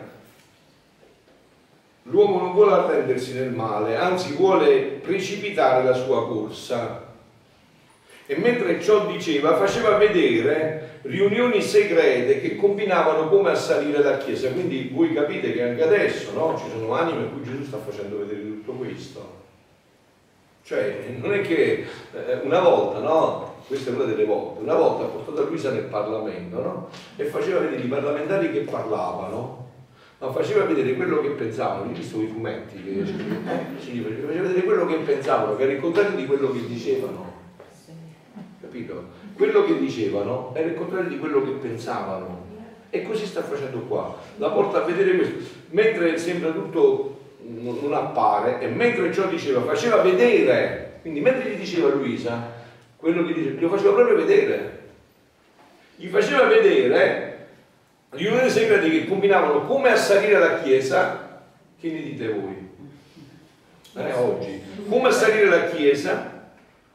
l'uomo non vuole arrendersi nel male, anzi vuole precipitare la sua corsa. E mentre ciò diceva, faceva vedere riunioni segrete che combinavano come assalire la Chiesa. Quindi voi capite che anche adesso, no? Ci sono anime in cui Gesù sta facendo vedere tutto questo. Cioè, non è che eh, una volta, no? Questa è una delle volte, una volta ha portato a Luisa nel Parlamento, no? E faceva vedere i parlamentari che parlavano, ma faceva vedere quello che pensavano. Hai visto i fumetti? Che, eh, sì, faceva vedere quello che pensavano, che era il contrario di quello che dicevano. Capito? Quello che dicevano era il contrario di quello che pensavano. E così sta facendo qua. La porta a vedere questo. Mentre sembra tutto, non appare, e mentre ciò diceva, faceva vedere. Quindi mentre gli diceva a Luisa, quello che dice, lo faceva proprio vedere, gli faceva vedere riunioni segrete che combinavano come assalire la Chiesa. Che ne dite voi? Eh, oggi come assalire la Chiesa,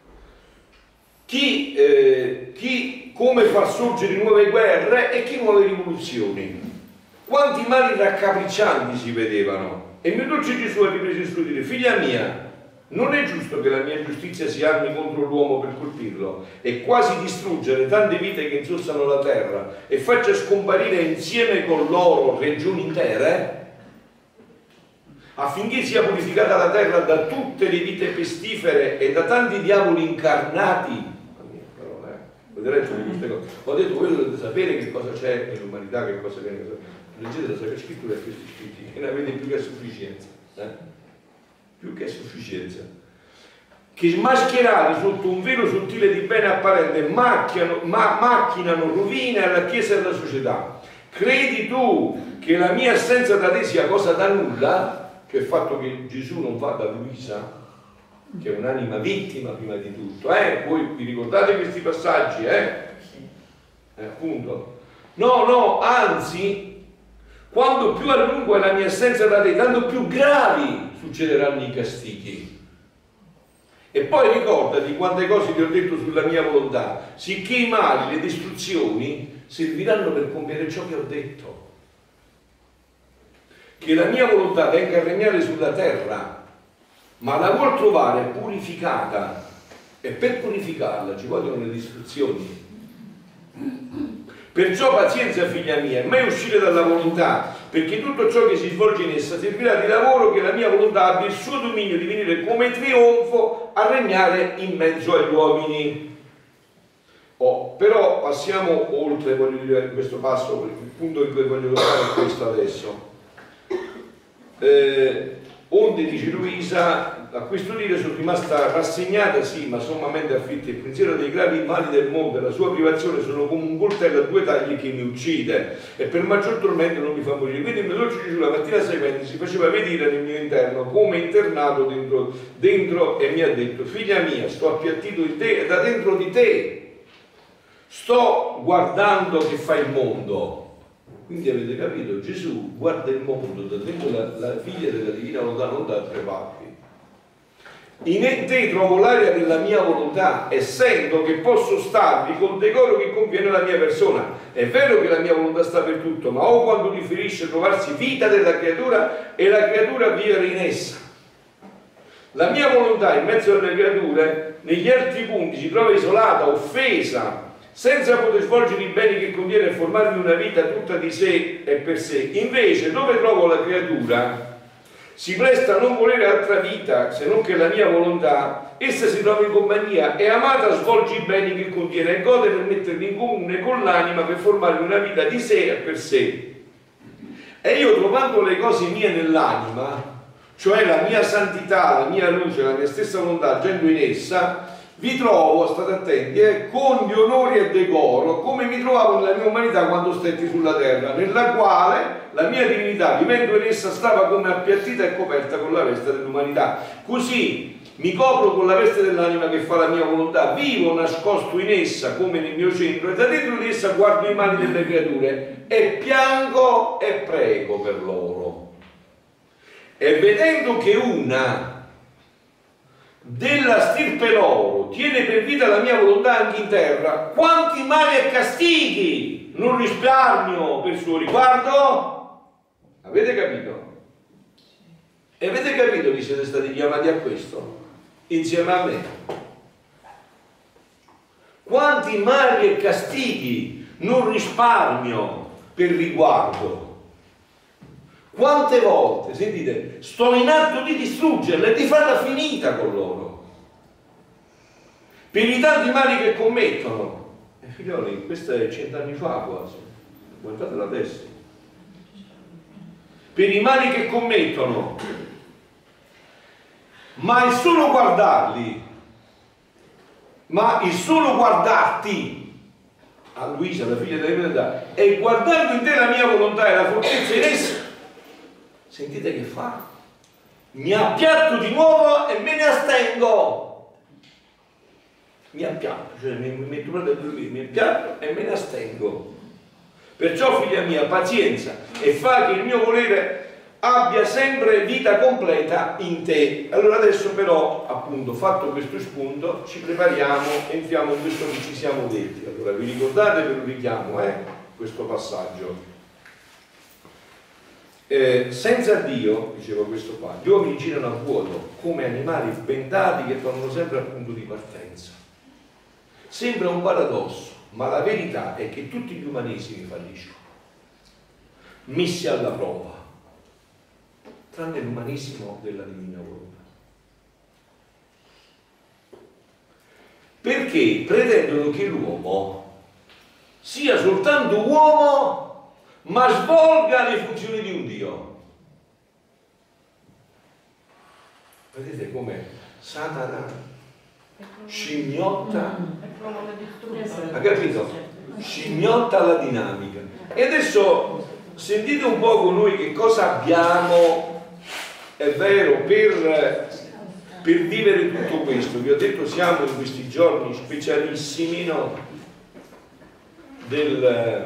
chi, eh, chi come far sorgere nuove guerre e chi nuove rivoluzioni. Quanti mali raccapriccianti si vedevano. E il mio dolce Gesù ha ripreso il suo dire, figlia mia, non è giusto che la mia giustizia si armi contro l'uomo per colpirlo e quasi distruggere tante vite che insossano la terra e faccia scomparire insieme con loro regioni intere, affinché sia purificata la terra da tutte le vite pestifere e da tanti diavoli incarnati. Vedete queste cose. Ho detto, voi dovete sapere che cosa c'è nell'umanità, che cosa viene. Leggete la Sacra Scrittura e questi scritti, che ne avete più che a sufficienza. Eh? Più che sufficienza, che mascherati sotto un velo sottile di bene apparente macchiano, ma, macchinano rovine alla Chiesa e alla società. Credi tu che la mia assenza da te sia cosa da nulla? Cioè il fatto che Gesù non va da Luisa, che è un'anima vittima prima di tutto, eh? Voi vi ricordate questi passaggi, eh? Eh, appunto. No, no, anzi, quando più a lungo è la mia assenza da te, tanto più gravi succederanno i castighi. E poi ricordati quante cose ti ho detto sulla mia volontà, sicché i mali, le distruzioni serviranno per compiere ciò che ho detto. Che la mia volontà venga a regnare sulla terra, ma la vuol trovare purificata, e per purificarla ci vogliono le distruzioni. Perciò pazienza, figlia mia, mai uscire dalla volontà, perché tutto ciò che si svolge in essa servirà di lavoro che la mia volontà abbia il suo dominio di venire come trionfo a regnare in mezzo agli uomini. Oh, però passiamo oltre, voglio dire, questo passo, il punto in cui voglio toccare è questo adesso. Eh, onde, dice Luisa, a questo dire sono rimasta rassegnata, sì, ma sommamente afflitta. Il pensiero dei gravi mali del mondo e la sua privazione sono come un coltello a due tagli che mi uccide e per maggior tormento non mi fa morire. Quindi il mio dolce Gesù la mattina seguente si faceva vedere nel mio interno come internato dentro, dentro e mi ha detto, figlia mia, sto appiattito in te e da dentro di te sto guardando che fa il mondo. Quindi avete capito, Gesù guarda il mondo da dentro la, la figlia della divina volontà, non da altre parti. In te trovo l'aria della mia volontà e sento che posso starvi col decoro che conviene alla mia persona. È vero che la mia volontà sta per tutto, ma o quando differisce trovarsi vita della creatura e la creatura vivere in essa. La mia volontà in mezzo alle creature, negli altri punti, si trova isolata, offesa, senza poter svolgere i beni che contiene e formarmi una vita tutta di sé e per sé. Invece, dove trovo la creatura, si presta a non volere altra vita se non che la mia volontà, essa si trova in compagnia, è amata, svolge i beni che contiene e gode per metterli in comune con l'anima per formare una vita di sé e per sé. E io, trovando le cose mie nell'anima, cioè la mia santità, la mia luce, la mia stessa volontà, agendo in essa, vi trovo, state attenti, eh, con gli onori e decoro, come mi trovavo nella mia umanità quando stetti sulla terra, nella quale la mia divinità, vivendo in essa, stava come appiattita e coperta con la veste dell'umanità. Così mi copro con la veste dell'anima che fa la mia volontà, vivo nascosto in essa come nel mio centro, e da dentro di essa guardo i mali delle creature e piango e prego per loro. E vedendo che una della stirpe loro tiene per vita la mia volontà anche in terra, quanti mali e castighi non risparmio per suo riguardo? Avete capito? E avete capito che siete stati chiamati a questo? Insieme a me. Quanti mali e castighi non risparmio per riguardo? Quante volte, sentite, sto in atto di distruggerla e di farla finita con loro, per i tanti mali che commettono. E figlioli, questo è cent'anni fa quasi, guardatela adesso. Per i mali che commettono, ma il solo guardarli, ma il solo guardarti, a Luisa, la figlia della divinità, e guardando in te la mia volontà e la fortezza in essa, sentite che fa? Mi appiatto di nuovo e me ne astengo. Mi appiatto, cioè mi, mi metto proprio a dormire, mi appiatto e me ne astengo. Perciò, figlia mia, pazienza, e fa che il mio volere abbia sempre vita completa in te. Allora adesso però, appunto, fatto questo spunto, ci prepariamo, entriamo in questo che ci siamo detti. Allora vi ricordate, ve lo richiamo, eh, questo passaggio. Eh, senza Dio, diceva questo qua, gli uomini girano a vuoto come animali bendati che tornano sempre al punto di partenza. Sembra un paradosso, ma la verità è che tutti gli umanesimi falliscono, messi alla prova, tranne l'umanesimo della divina volontà. Perché pretendono che l'uomo sia soltanto uomo, ma svolga le funzioni di un Dio. Vedete come Satana scimmiotta, ha capito? Scimmiotta la dinamica. E adesso sentite un po' con noi che cosa abbiamo, è vero, per, per vivere tutto questo. Vi ho detto, siamo in questi giorni specialissimi, no? Del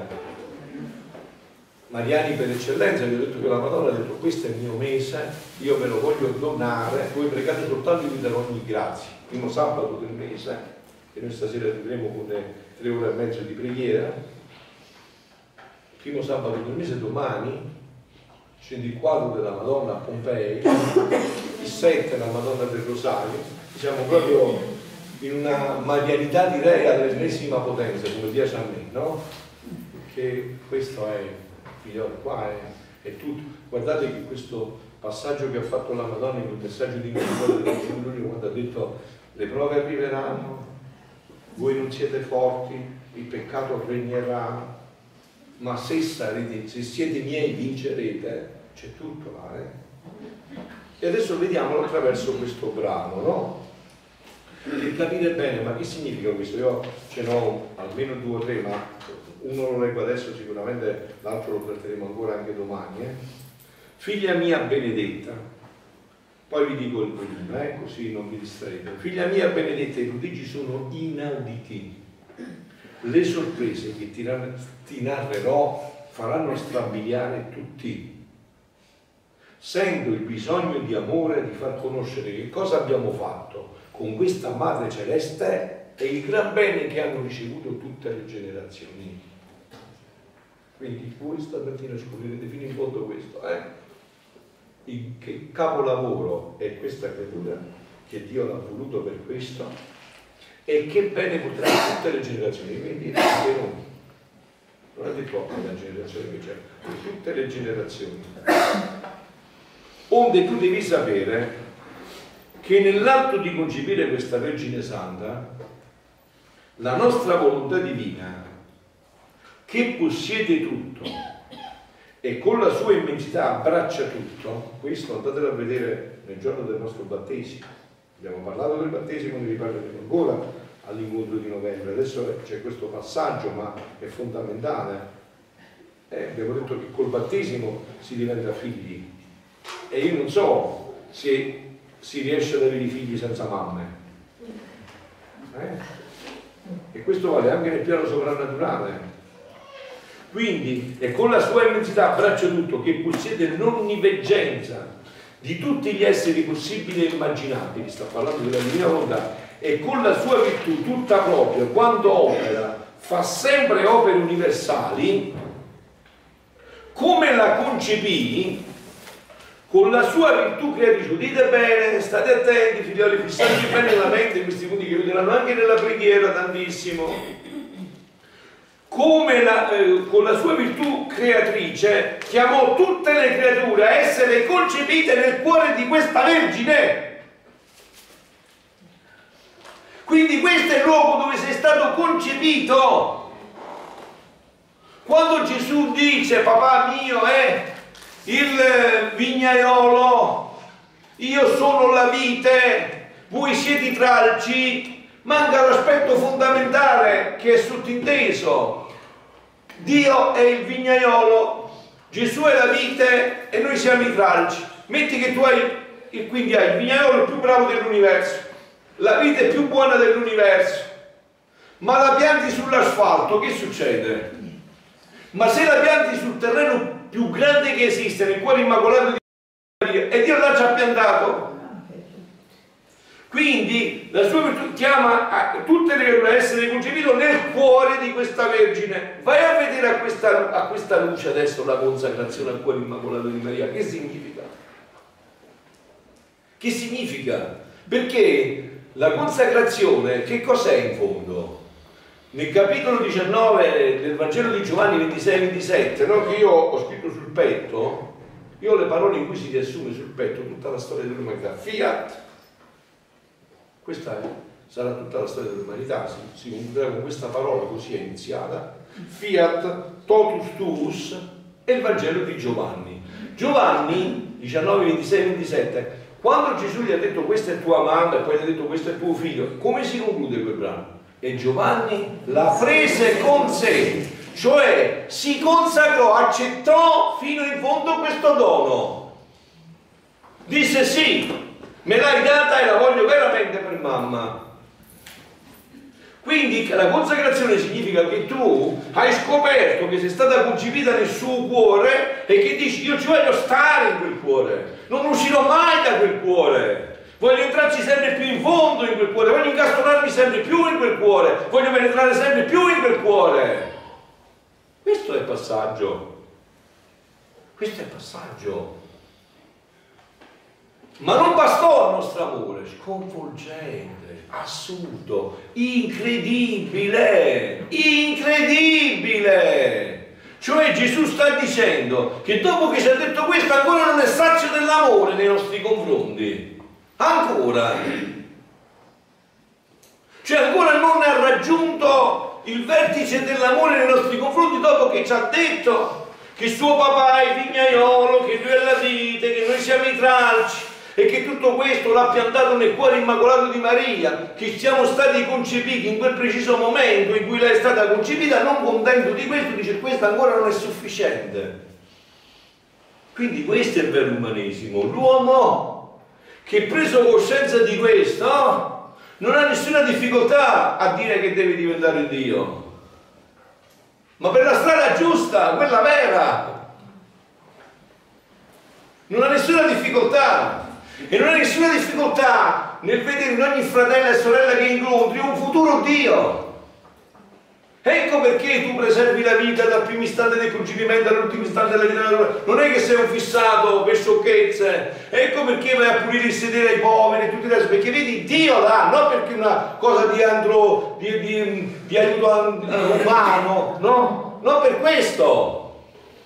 Mariani per eccellenza. Vi ho detto che la Madonna ha detto: questo è il mio mese, io ve lo voglio donare, voi pregate soltanto, vi darò ogni grazia. Primo sabato del mese, e noi stasera vedremo con tre ore e mezzo di preghiera. Primo sabato del mese, domani scende il quadro della Madonna a Pompei, il sette la Madonna del Rosario. Siamo proprio in una marianità, direi, all'ennesima potenza, come piace a me, no? Che questo è, figlioli, qua è, è tutto. Guardate che questo passaggio che ha fatto la Madonna in un messaggio di misericordia del Signore, quando ha detto: le prove arriveranno, voi non siete forti, il peccato regnerà, ma se sarete, se siete miei, vincerete. C'è tutto là, eh? E adesso vediamolo attraverso questo brano, no? Per capire bene, ma che significa questo? Io ce n'ho almeno due o tre, ma uno lo leggo adesso, sicuramente l'altro lo tratteremo ancora anche domani, eh? Figlia mia benedetta, poi vi dico il primo, eh? Così non vi distraete. Figlia mia benedetta, i prodigi sono inauditi, le sorprese che ti, ti narrerò faranno strabiliare tutti. sento il bisogno di amore di far conoscere che cosa abbiamo fatto con questa Madre Celeste e il gran bene che hanno ricevuto tutte le generazioni. Quindi voi stamattina scoprirete fino in fondo questo, eh? Il, che capolavoro è questa creatura, che Dio l'ha voluto per questo, e che bene potrà tutte le generazioni, quindi anche noi. Non è detto la generazione che c'è, tutte le generazioni. Onde tu devi sapere che nell'atto di concepire questa Vergine Santa, la nostra volontà divina, che possiede tutto e con la sua immensità abbraccia tutto, questo andatelo a vedere nel giorno del nostro battesimo. Abbiamo parlato del battesimo, ne riparleremo ancora all'incontro di novembre. Adesso c'è questo passaggio, ma è fondamentale. Eh, abbiamo detto che col battesimo si diventa figli, e io non so se si riesce ad avere i figli senza mamme. Eh? E questo vale anche nel piano soprannaturale. Quindi, e con la sua immensità abbraccia tutto, che possiede l'onniveggenza di tutti gli esseri possibili e immaginabili, sta parlando della divina volontà, e con la sua virtù tutta propria, quando opera, fa sempre opere universali, come la concepì, con la sua virtù creatrice. Udite bene, state attenti, figlioli, fissate bene nella mente questi punti che vedranno anche nella preghiera tantissimo. Come la, eh, con la sua virtù creatrice chiamò tutte le creature a essere concepite nel cuore di questa Vergine. Quindi questo è il luogo dove sei stato concepito. Quando Gesù dice papà mio è il vignaiolo, io sono la vite, voi siete i tralci, manca l'aspetto fondamentale che è sottinteso. Dio è il vignaiolo, Gesù è la vite e noi siamo i tralci. Metti che tu hai, e quindi hai il vignaiolo più bravo dell'universo, la vite più buona dell'universo, ma la pianti sull'asfalto, che succede? Ma se la pianti sul terreno più grande che esiste, nel cuore immacolato di Maria, e Dio l'ha già piantato? Quindi la sua virtù chiama a tutte le creature a essere concepito nel cuore di questa Vergine. Vai a vedere a questa, a questa luce adesso la consacrazione al cuore immacolato di Maria. Che significa? Che significa? Perché la consacrazione che cos'è in fondo? Nel capitolo diciannove del Vangelo di Giovanni ventisei ventisette, no? Che io ho scritto sul petto, io ho le parole in cui si riassume sul petto tutta la storia dell'umanità. Fiat, questa è, sarà tutta la storia dell'umanità, si, si concluderà con questa parola, così è iniziata. Fiat, totus tuus, e il Vangelo di Giovanni. Giovanni diciannove ventisei ventisette, quando Gesù gli ha detto questa è tua mamma e poi gli ha detto questo è tuo figlio, come si conclude quel brano? E Giovanni la prese con sé, cioè si consacrò, accettò fino in fondo questo dono. Disse sì, me l'hai data e la voglio veramente per mamma. Quindi la consacrazione significa che tu hai scoperto che sei stata concepita nel suo cuore e che dici io ci voglio stare in quel cuore, non uscirò mai da quel cuore. Voglio entrarci sempre più in fondo in quel cuore, voglio incastonarmi sempre più in quel cuore, voglio penetrare sempre più in quel cuore. Questo è il passaggio. Questo è il passaggio. Ma non bastò il nostro amore, sconvolgente, assurdo, incredibile, incredibile. Cioè Gesù sta dicendo che dopo che ci ha detto questo ancora non è sazio dell'amore nei nostri confronti. Ancora, cioè ancora non ha raggiunto il vertice dell'amore nei nostri confronti dopo che ci ha detto che suo papà è il vignaiolo, che lui è la vite, che noi siamo i tralci e che tutto questo l'ha piantato nel cuore immacolato di Maria, che siamo stati concepiti in quel preciso momento in cui lei è stata concepita. Non contento di questo dice questo ancora non è sufficiente. Quindi questo è il vero umanesimo, l'uomo che preso coscienza di questo non ha nessuna difficoltà a dire che deve diventare Dio, ma per la strada giusta, quella vera. non ha nessuna difficoltà, e non ha nessuna difficoltà nel vedere in ogni fratello e sorella che incontri un futuro Dio. Ecco perché tu preservi la vita dal primo istante del concepimento all'ultimo istante della vita. Non è che sei un fissato per sciocchezze. Ecco perché vai a pulire il sedere ai poveri e tutti i resto, perché vedi Dio là, non perché è una cosa di, andro, di, di, di aiuto umano, no? Non per questo.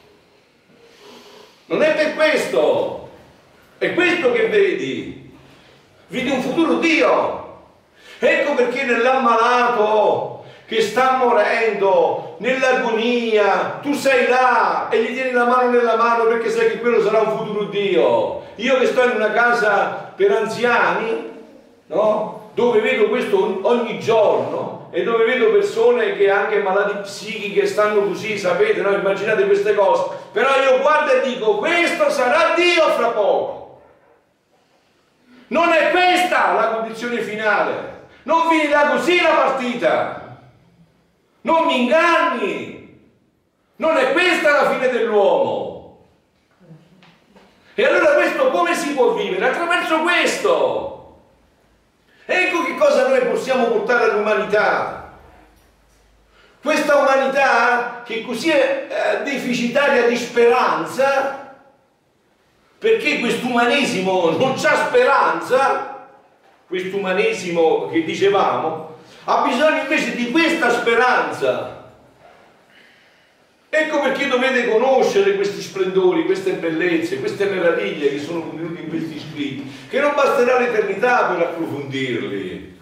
Non è per questo. È questo che vedi. Vedi un futuro Dio. Ecco perché nell'ammalato che sta morendo, nell'agonia, tu sei là e gli tieni la mano nella mano perché sai che quello sarà un futuro Dio. Io che sto in una casa per anziani, no? Dove vedo questo ogni giorno e dove vedo persone che anche malati psichiche stanno così, sapete, no? Immaginate queste cose. Però io guardo e dico, questo sarà Dio fra poco. Non è questa la condizione finale. Non finirà così la partita. Non mi inganni, non è questa la fine dell'uomo. E allora questo come si può vivere? Attraverso questo. Ecco che cosa noi possiamo portare all'umanità. Questa umanità che così è eh, deficitaria di speranza, perché quest'umanesimo non c'ha speranza, quest'umanesimo che dicevamo, ha bisogno invece di questa speranza. Ecco perché dovete conoscere questi splendori, queste bellezze, queste meraviglie che sono contenute in questi scritti, che non basterà l'eternità per approfondirli.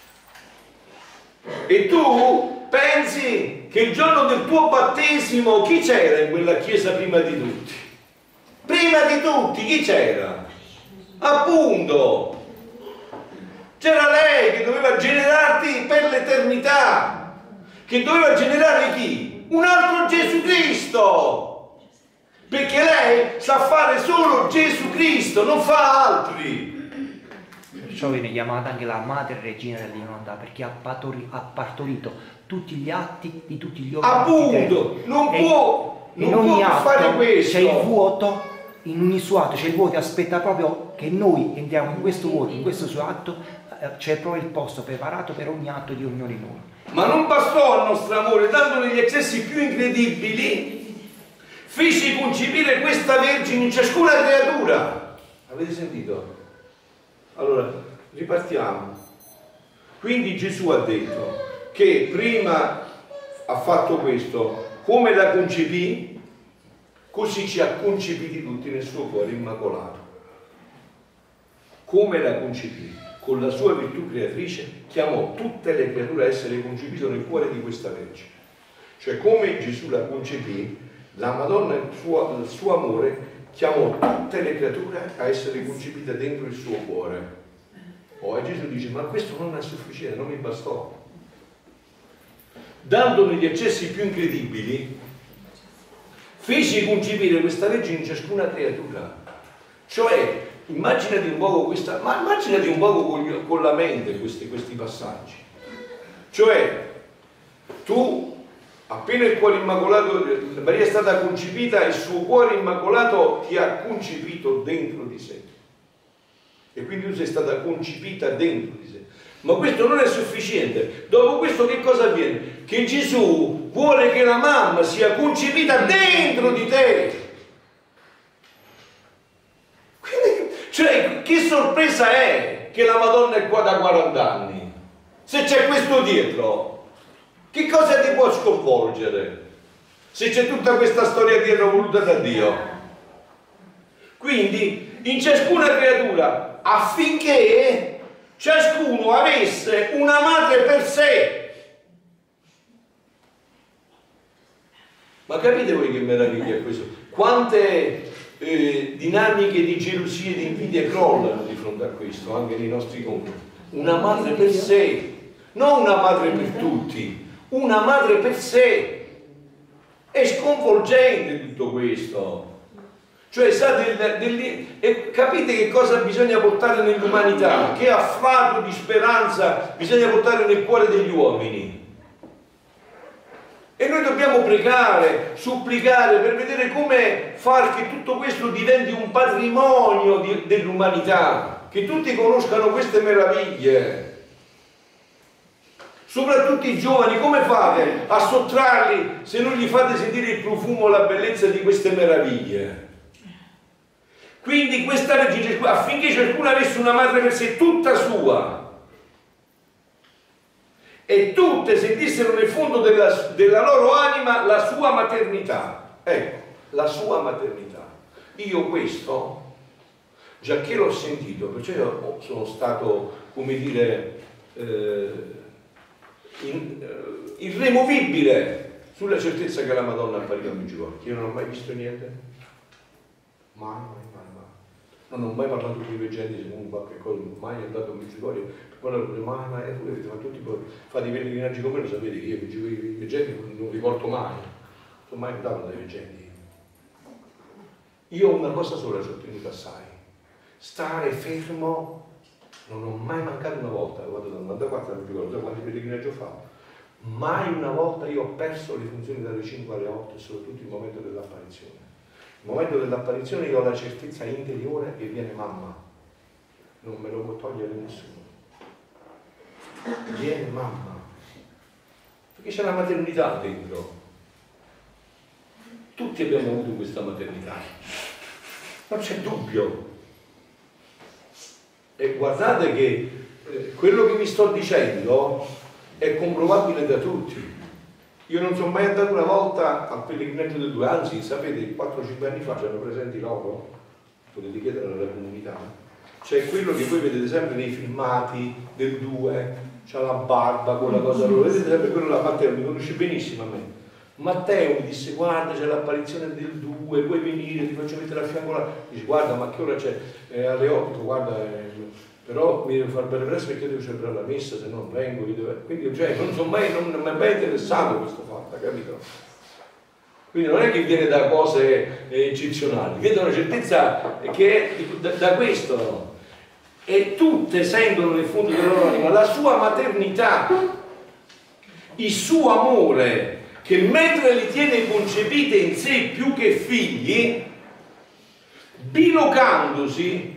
E tu pensi che il giorno del tuo battesimo chi c'era in quella chiesa prima di tutti? Prima di tutti chi c'era? Appunto! C'era lei che doveva generarti per l'eternità, che doveva generare chi? Un altro Gesù Cristo, perché lei sa fare solo Gesù Cristo, non fa altri. Perciò viene chiamata anche la madre regina dell'inonda, perché ha, partori, ha partorito tutti gli atti di tutti gli uomini. Appunto, non e può, non in ogni può atto fare questo. C'è il vuoto, in ogni suo atto c'è il vuoto, aspetta proprio che noi entriamo in questo vuoto, in questo suo atto. C'è proprio il posto preparato per ogni atto di ognuno di noi. Ma non bastò al nostro amore, dandone gli eccessi più incredibili, fece concepire questa Vergine in ciascuna creatura. Avete sentito? Allora, ripartiamo. Quindi Gesù ha detto che prima ha fatto questo, come la concepì, così ci ha concepiti tutti nel suo cuore immacolato. Come la concepì? Con la sua virtù creatrice chiamò tutte le creature a essere concepite nel cuore di questa Vergine. Cioè come Gesù la concepì, la Madonna, il suo, il suo amore, chiamò tutte le creature a essere concepite dentro il suo cuore. Poi Gesù dice, ma questo non è sufficiente, non mi bastò. Dandone gli eccessi più incredibili, fece concepire questa Vergine in ciascuna creatura. Cioè, immaginati un poco questa, ma immaginati un poco con, con la mente questi, questi passaggi. Cioè, tu, appena il cuore immacolato, Maria è stata concepita, il suo cuore immacolato ti ha concepito dentro di sé. E quindi tu sei stata concepita dentro di sé. Ma questo non è sufficiente. Dopo questo che cosa avviene? Che Gesù vuole che la mamma sia concepita dentro di te. Cioè, che sorpresa è che la Madonna è qua da quaranta anni? Se c'è questo dietro, che cosa ti può sconvolgere? Se c'è tutta questa storia dietro voluta da Dio. Quindi, in ciascuna creatura, affinché ciascuno avesse una madre per sé. Ma capite voi che meraviglia è questo? Quante Eh, dinamiche di gelosia e di invidia crollano di fronte a questo, anche nei nostri confronti. Una madre per sé, non una madre per tutti, una madre per sé. È sconvolgente tutto questo. Cioè, sa del, del, e capite che cosa bisogna portare nell'umanità? Che afflato di speranza bisogna portare nel cuore degli uomini. E noi dobbiamo pregare, supplicare per vedere come far che tutto questo diventi un patrimonio dell'umanità, che tutti conoscano queste meraviglie. Soprattutto i giovani, come fate a sottrarli se non gli fate sentire il profumo, la bellezza di queste meraviglie? Quindi questa legge, affinché ciascuno avesse una madre per sé tutta sua, e tutte sentissero nel fondo della, della loro anima la sua maternità. Ecco, la sua maternità. Io questo, già che l'ho sentito, perciò io sono stato, come dire, eh, in, eh, irremovibile sulla certezza che la Madonna appariva a Medjugorje. Io non ho mai visto niente, mai, mai, mai, mai. Non ho mai parlato con i veggenti, se non qualche cosa, mai andato a Medjugorje. Guarda, ma, ma voi avete fatto tutti, fate i pellegrinaggi come lo sapete che io i veggenti non li porto mai, non sono mai andato dai veggenti. Io ho una cosa sola ci ho tenuto assai, stare fermo, non ho mai mancato una volta, guarda dal novantaquattro non ricordo quanti pellegrinaggi ho fatto, mai una volta io ho perso le funzioni dalle cinque alle otto, soprattutto il momento dell'apparizione. Il momento dell'apparizione io ho la certezza interiore che viene mamma, non me lo può togliere nessuno. Viene mamma, perché c'è la maternità dentro. Tutti abbiamo avuto questa maternità, non c'è dubbio. E guardate che eh, quello che vi sto dicendo è comprovabile da tutti. Io non sono mai andato una volta al pellegrinaggio del due, anzi sapete, quattro cinque anni fa c'erano presenti loro, potete chiedere alla comunità, c'è quello che voi vedete sempre nei filmati del due, c'ha la barba, quella cosa loro, vedete sempre quello là. Matteo mi conosce benissimo a me. Matteo mi disse guarda c'è l'apparizione del due, puoi venire, ti faccio mettere a fianco là. Dice guarda ma che ora c'è? Eh, alle otto, guarda, eh, però mi devo far bene presto perché devo celebrare la messa, se no non vengo. Devo... Quindi cioè, non sono mai, non mi è mai interessato questo fatto, capito? Quindi non è che viene da cose eh, eccezionali, viene da una certezza che è da, da questo. E tutte sentono nel fondo della loro anima la sua maternità, il suo amore, che mentre li tiene concepite in sé più che figli, bilocandosi,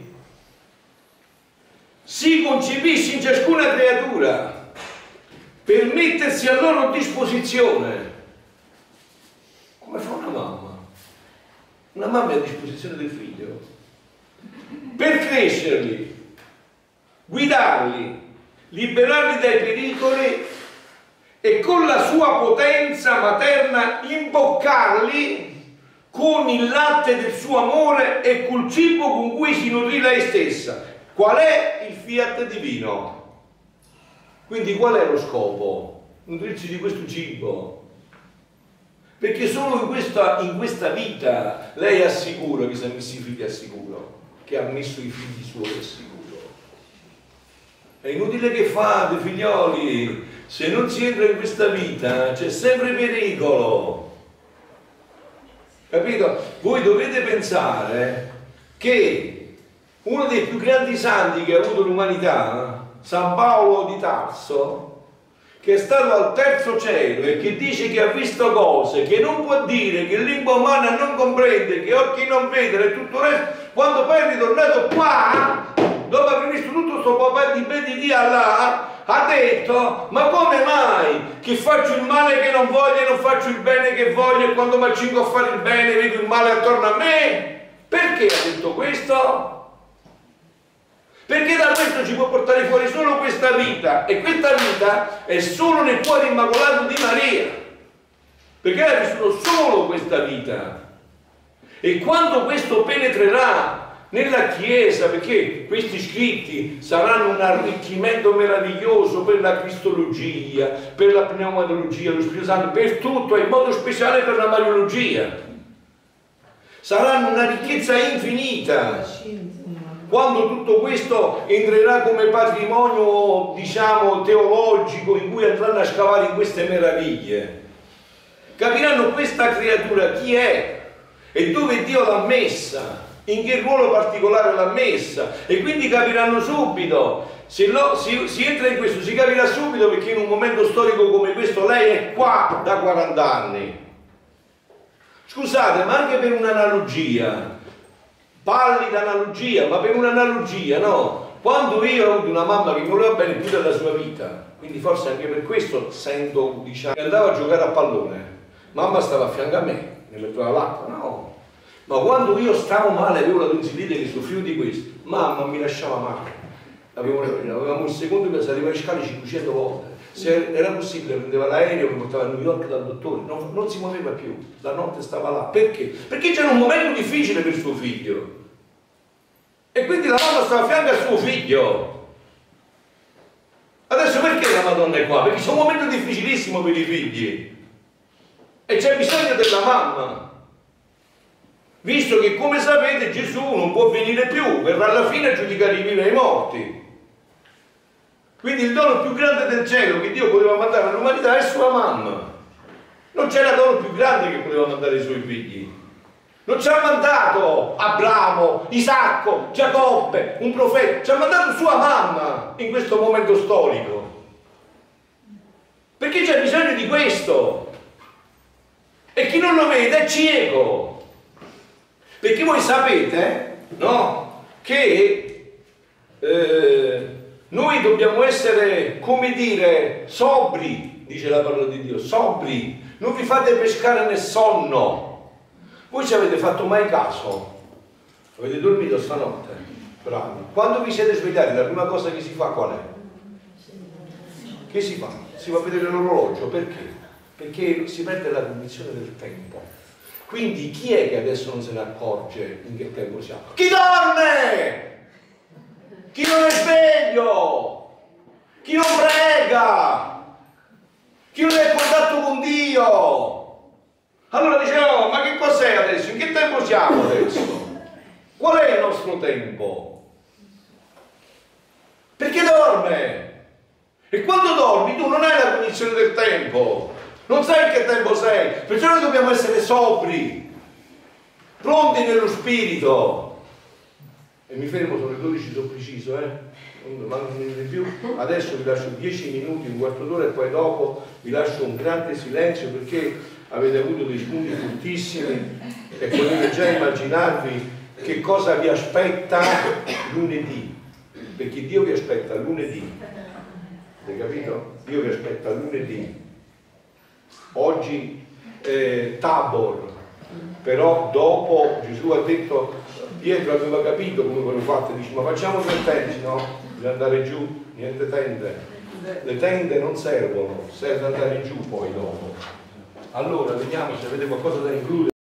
si concepisce in ciascuna creatura per mettersi a loro disposizione. Come fa una mamma? Una mamma è a disposizione del figlio per crescerli, guidarli, liberarli dai pericoli e con la sua potenza materna imboccarli con il latte del suo amore e col cibo con cui si nutrì lei stessa. Qual è il fiat divino? Quindi qual è lo scopo? Nutrirsi di questo cibo. Perché solo in questa, in questa vita lei è al sicuro, che si è messo i figli al sicuro, che ha messo i figli suoi al sicuro. È inutile che fate, figlioli, se non si entra in questa vita c'è sempre pericolo. Capito? Voi dovete pensare che uno dei più grandi santi che ha avuto l'umanità, San Paolo di Tarso, che è stato al terzo cielo e che dice che ha visto cose che non può dire, che lingua umana non comprende, che occhi non vedono e tutto il resto, quando poi è ritornato qua, dopo aver visto tutto questo papà di be di Dio là, ha detto, ma come mai che faccio il male che non voglio e non faccio il bene che voglio, e quando mi accingo a fare il bene vedo il male attorno a me? Perché ha detto questo? Perché da questo ci può portare fuori solo questa vita, e questa vita è solo nel cuore immacolato di Maria, perché lei ha vissuto solo questa vita. E quando questo penetrerà nella Chiesa, perché questi scritti saranno un arricchimento meraviglioso per la cristologia, per la pneumatologia, lo Spirito Santo, per tutto, e in modo speciale per la mariologia, saranno una ricchezza infinita. Quando tutto questo entrerà come patrimonio, diciamo, teologico, in cui andranno a scavare in queste meraviglie, capiranno questa creatura chi è e dove Dio l'ha messa, in che ruolo particolare l'ha messa, e quindi capiranno subito se lo, si, si entra in questo si capirà subito perché in un momento storico come questo lei è qua da quaranta anni. Scusate, ma anche per un'analogia, parli d'analogia, ma per un'analogia, no? Quando io ho avuto una mamma che mi voleva bene più della sua vita, quindi forse anche per questo sento, diciamo, che andavo a giocare a pallone, mamma stava a fianco a me, mi metteva l'acqua, no? Ma quando io stavo male, avevo la tonsilite che soffrivo di questo, mamma mi lasciava male, avevamo il secondo che arrivava in scale cinquecento volte. Se era possibile prendeva l'aereo, mi portava a New York dal dottore, non, non si muoveva più, la notte stava là. Perché? Perché c'era un momento difficile per suo figlio e quindi la mamma stava a fianco a suo figlio. Adesso perché la Madonna è qua? Perché c'è un momento difficilissimo per i figli e c'è bisogno della mamma, visto che, come sapete, Gesù non può venire più, verrà alla fine a giudicare i vivi e i morti. Quindi il dono più grande del cielo che Dio poteva mandare all'umanità è sua mamma. Non c'era dono più grande che poteva mandare ai suoi figli. Non ci ha mandato Abramo, Isacco, Giacobbe, un profeta, ci ha mandato sua mamma in questo momento storico. Perché c'è bisogno di questo. E chi non lo vede è cieco. Perché voi sapete, no, che eh, noi dobbiamo essere, come dire, sobri, dice la parola di Dio, sobri, non vi fate pescare nel sonno. Voi ci avete fatto mai caso? Avete dormito stanotte? Bravi. Quando vi siete svegliati, la prima cosa che si fa qual è? Che si fa? Si va a vedere l'orologio, perché? Perché si perde la cognizione del tempo. Quindi chi è che adesso non se ne accorge in che tempo siamo? Chi dorme! Chi non è sveglio, chi non prega, chi non è in contatto con Dio. Allora dicevo, ma che cos'è adesso? In che tempo siamo adesso? Qual è il nostro tempo? Perché dorme. E quando dormi tu non hai la cognizione del tempo, non sai in che tempo sei, perciò noi dobbiamo essere sobri, pronti nello spirito. E mi fermo, sono le dodici, sono preciso, eh? Non manco un minuto di più. Adesso vi lascio dieci minuti, un quarto d'ora e poi dopo vi lascio un grande silenzio perché avete avuto dei spunti fortissimi e potete già immaginarvi che cosa vi aspetta lunedì, perché Dio vi aspetta lunedì. Avete capito? Dio vi aspetta lunedì. Oggi eh, Tabor, però dopo Gesù ha detto, Pietro aveva capito come ve lo fate, dice ma facciamo tre tende, no? Bisogna andare giù, niente tende, le tende non servono, serve andare giù poi dopo. Allora vediamo se avete qualcosa da includere.